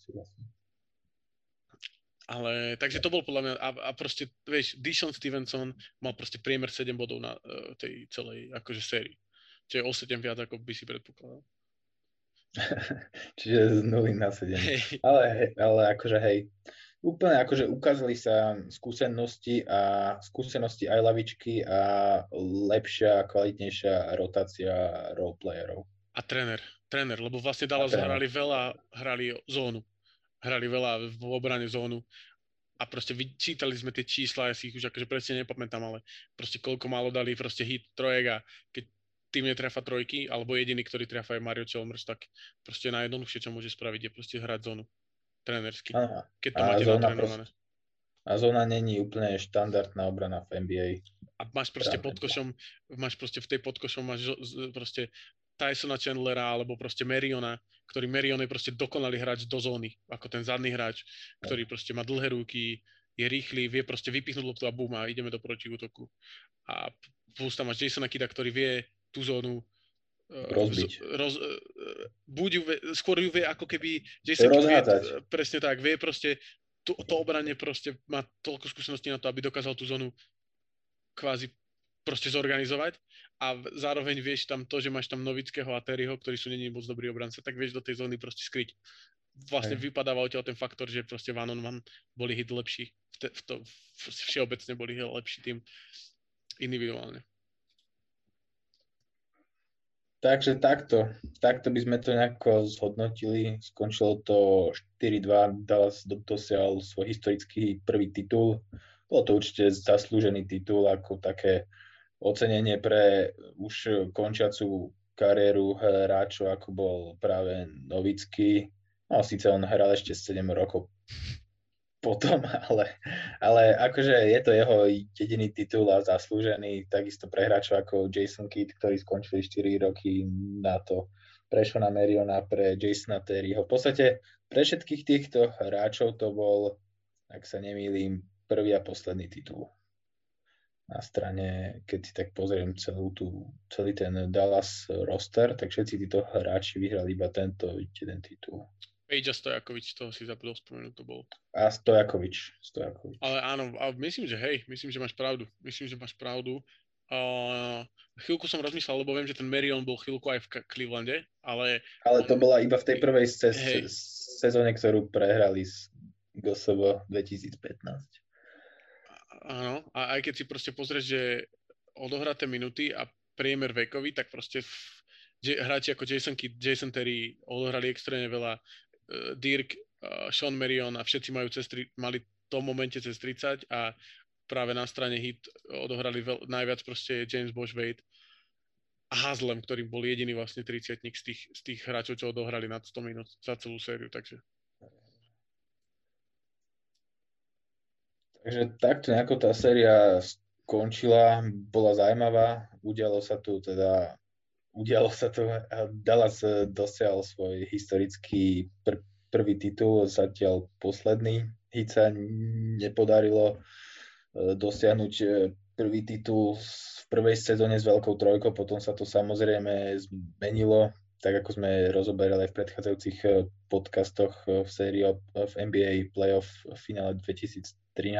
Ale, takže to bol podľa mňa, a proste, vieš, Deshaun Stevenson mal proste priemer 7 bodov na tej celej, akože sérii. Čiže o 7 viac, ako by si predpokladal. Čiže z 0 na 7. Hey. Ale akože hej, úplne akože ukázali sa skúsenosti aj lavičky a lepšia, kvalitnejšia rotácia roleplayerov. A tréner, lebo vlastne Dallas hrali zónu. Hrali veľa v obrane zónu a proste vyčítali sme tie čísla, ja si ich už akože presne nepamätám, ale proste koľko málo dali proste hit trojek a keď tým netrafa trojky, alebo jediný, ktorý trafa je Mario Chalmers, tak proste najjednoduchšie, čo môže spraviť, je proste hrať zónu trénersky. Keď to máte natrénované. A zóna není úplne štandardná obrana v NBA. A máš proste v tej podkošom máš proste Tysona Chandlera alebo proste Mariona, Marion je proste dokonalý hráč do zóny, ako ten zadný hráč, ktorý proste má dlhé ruky, je rýchly, vie proste vypichnúť loptu a bum a ideme do protiútoku. A plus tam máš Jasona Kidda, ktorý vie tú zónu rozbiť. Skôr ju vie ako keby Jason Kidd vie, presne tak, vie proste to obranie proste má toľko skúseností na to, aby dokázal tú zónu kvázi proste zorganizovať a zároveň vieš tam to, že máš tam Novického a Terryho, ktorí sú není moc dobrí obranci, tak vieš do tej zóny proste skryť. Vlastne vypadáva o ten faktor, že proste one on one boli hit lepší. Všeobecne boli lepší tým individuálne. Takže takto by sme to nejako zhodnotili. Skončilo to 4-2, Dallas dosiahol svoj historický prvý titul. Bolo to určite zaslúžený titul, ako také ocenenie pre už končiacu kariéru hráčov, ako bol práve Novický. No, síce on hral ešte 7 rokov potom, ale akože je to jeho jediný titul a zaslúžený, takisto pre hráčov ako Jason Kidd, ktorí skončili 4 roky na to, pre Shona Mariona, pre Jasona Terryho. V podstate pre všetkých týchto hráčov to bol, ak sa nemýlim, prvý a posledný titul. Na strane, keď si tak pozriem celý ten Dallas roster, tak všetci títo hráči vyhrali iba tento jeden titul. Peja Stojakovič, toho si zabudol spomenúť, to bol. A Stojakovič. Ale áno, a myslím, že máš pravdu. Chvíľku som rozmýšľal, lebo viem, že ten Marion bol chvíľku aj v Clevelande, ale to bola iba v tej prvej sezóne, ktorú prehrali z GSV 2015. Áno, a aj keď si proste pozrieš, že odohraté minuty a priemer vekový, tak proste hráči ako Jason Kidd, Jason Terry odohrali extrémne veľa, Dirk, Sean Marion a všetci mali v tom momente cez 30 a práve na strane hit odohrali najviac proste James Boschwade a Haslem, ktorý bol jediný vlastne 30-tník z tých hráčov, čo odohrali nad 100 minút za celú sériu, takže takto nejako tá séria skončila, bola zaujímavá, udialo sa tu, Dallas dosiahol svoj historický prvý titul, zatiaľ posledný. Hit sa nepodarilo dosiahnuť prvý titul v prvej sezóne s veľkou trojkou, potom sa to samozrejme zmenilo, tak ako sme rozoberali aj v predchádzajúcich podcastoch v sérii v NBA playoff v finále 2013.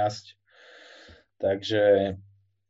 Takže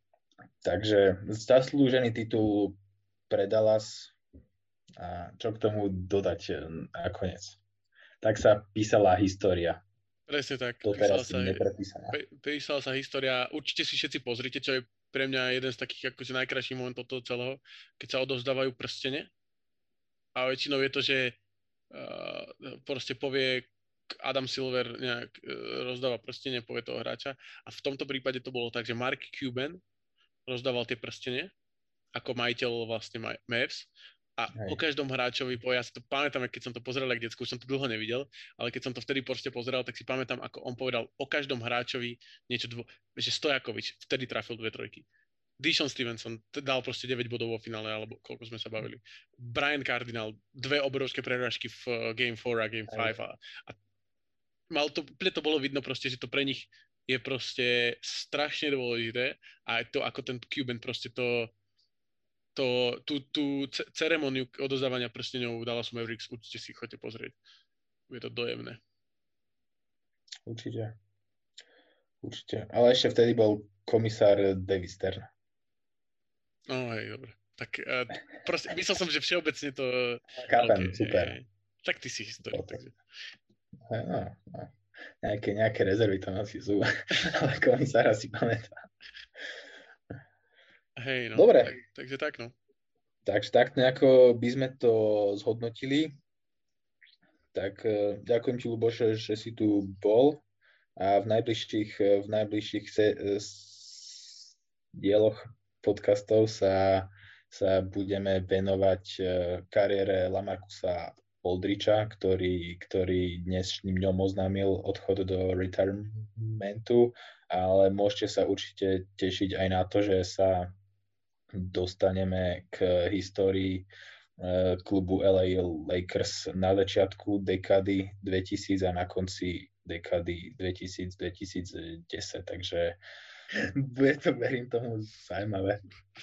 zaslúžený titul pre Dallas a čo k tomu dodať nakoniec. Tak sa písala história. Presne tak. Písala sa história. Určite si všetci pozrite, čo je pre mňa jeden z takých akože najkrajších momentov toho celého, keď sa odovzdávajú prstene. A väčšinou je to, že proste povie Adam Silver nejak rozdáva prstene, povie toho hráča. A v tomto prípade to bolo tak, že Mark Cuban rozdával tie prstene ako majiteľ vlastne Mavs. A o každom hráčovi, ja si to pamätám, keď som to pozeral ako decku, už som to dlho nevidel, ale keď som to vtedy proste pozeral, tak si pamätám, ako on povedal o každom hráčovi niečo že Stojakovič vtedy trafil 2 trojky. Deshaun Stevenson dal proste 9 bodov vo finále, alebo koľko sme sa bavili. Brian Cardinal, 2 obrovské preražky v Game 4 a Game 5 a úplne to bolo vidno proste, že to pre nich je proste strašne dôležité a to, ako ten Cuban proste tú ceremoniu odozdávania prsteňov Dallas Mavericks, určite si chodte pozrieť. Je to dojemné. Určite. Ale ešte vtedy bol komisár David Stern. No hej, dobre. Tak proste, myslel som, že všeobecne to... Chápem, okay, super. Tak ty si historik, takže... No. Nejaké rezervy tam asi sú, ale komisára si pamätá. Hej, no. Dobre. Takže tak, no. Takže tak nejako by sme to zhodnotili. Tak ďakujem ti, Ľuboš, že si tu bol a v najbližších dieloch podcastov sa budeme venovať kariére Lamarcusa Aldridgea, ktorý dnešným dňom oznámil odchod do retirementu, ale môžete sa určite tešiť aj na to, že sa dostaneme k histórii klubu LA Lakers na začiatku dekády 2000 a na konci dekády 2000-2010, takže bude to, verím tomu, zaujímavé.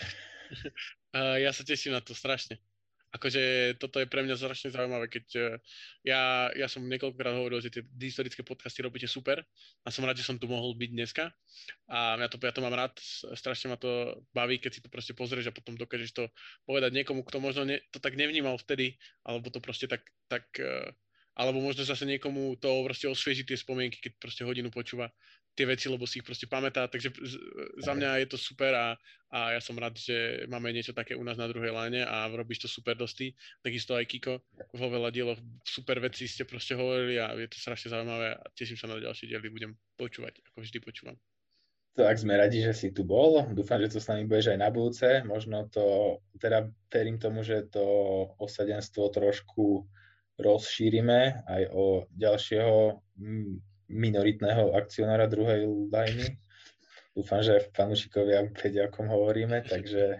Ja sa teším na to strašne. Akože toto je pre mňa strašne zaujímavé, keď ja som niekoľkokrát hovoril, že tie historické podcasty robíte super a som rád, že som tu mohol byť dneska a ja to mám rád, strašne ma to baví, keď si to proste pozrieš a potom dokážeš to povedať niekomu, kto možno to tak nevnímal vtedy, alebo to proste tak alebo možno zase niekomu to proste osvieži tie spomienky, keď proste hodinu počúva tie veci, lebo si ich proste pamätá, takže za mňa je to super a ja som rád, že máme niečo také u nás na druhej line a robíš to super dosť. Takisto aj Kiko, vo veľa dieloch super veci ste proste hovorili a je to strašne zaujímavé a teším sa na ďalšie diely, budem počúvať, ako vždy počúvam. Tak sme radi, že si tu bol. Dúfam, že tu s nami budeš aj na budúce. Možno to, teda verím tomu, že to osadenstvo trošku rozšírime aj o ďalšieho minoritného akcionára druhej liney. Dúfam, že fanúšikovia vedia, o kom hovoríme. Takže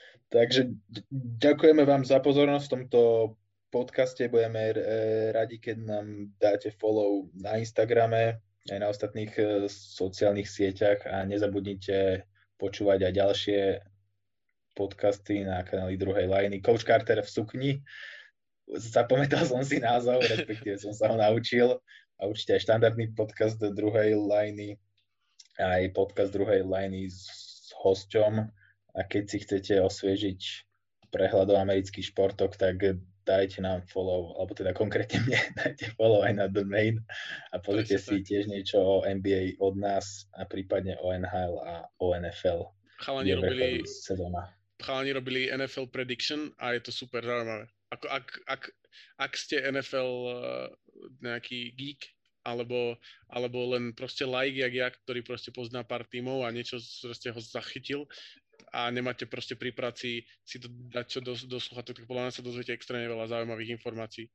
ďakujeme vám za pozornosť v tomto podcaste. Budeme radi, keď nám dáte follow na Instagrame, aj na ostatných sociálnych sieťach a nezabudnite počúvať aj ďalšie podcasty na kanáli druhej liney. Coach Carter v sukni. Zapamätal som si názov, respektíve som sa ho naučil a určite aj štandardný podcast druhej liney, aj podcast druhej liney s hosťom a keď si chcete osviežiť prehľad o amerických športoch, tak dajte nám follow, alebo teda konkrétne mne dajte follow aj na The Main a pozrite si tiež niečo o NBA od nás a prípadne o NHL a o NFL. Chalani robili NFL prediction a je to super zaujímavé. Ak ste NFL nejaký geek, alebo len proste like, jak ja, ktorý proste pozná pár tímov a niečo proste ho zachytil a nemáte proste pri práci si to dať čo do sluchatok, tak podľa nás sa dozviete extrémne veľa zaujímavých informácií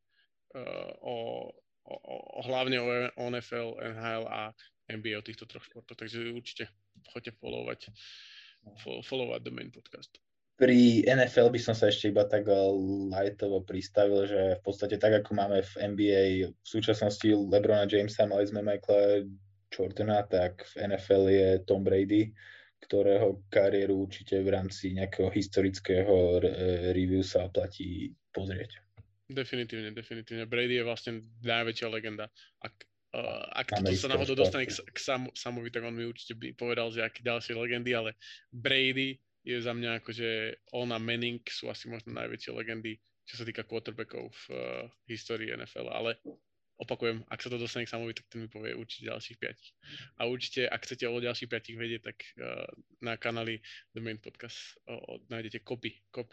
hlavne o NFL, NHL a NBA, o týchto troch športoch, takže určite choďte followovať The Main podcast. Pri NFL by som sa ešte iba tak lightovo pristavil, že v podstate tak, ako máme v NBA v súčasnosti LeBrona Jamesa, mali sme Michaela Jordana, tak v NFL je Tom Brady, ktorého kariéru určite v rámci nejakého historického review sa oplatí pozrieť. Definitívne. Brady je vlastne najväčšia legenda. Ak toto sa náhodou dostane k Samovi, tak on mi určite by povedal, že aké ďalšie legendy, ale Brady je za mňa akože on a Manning sú asi možno najväčšie legendy, čo sa týka quarterbackov v histórii NFL, ale opakujem, ak sa to dostane k Samovi, tak ten mi povie určite ďalších 5. A určite, ak chcete o ďalších 5 vedieť, tak na kanáli The Main Podcast nájdete kopy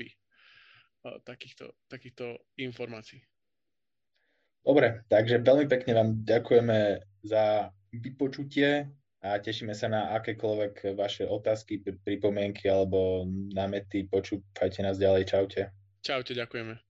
takýchto informácií. Dobre, takže veľmi pekne vám ďakujeme za vypočutie a tešíme sa na akékoľvek vaše otázky, pripomienky alebo námety. Počúvajte nás ďalej. Čaute. Čaute, ďakujeme.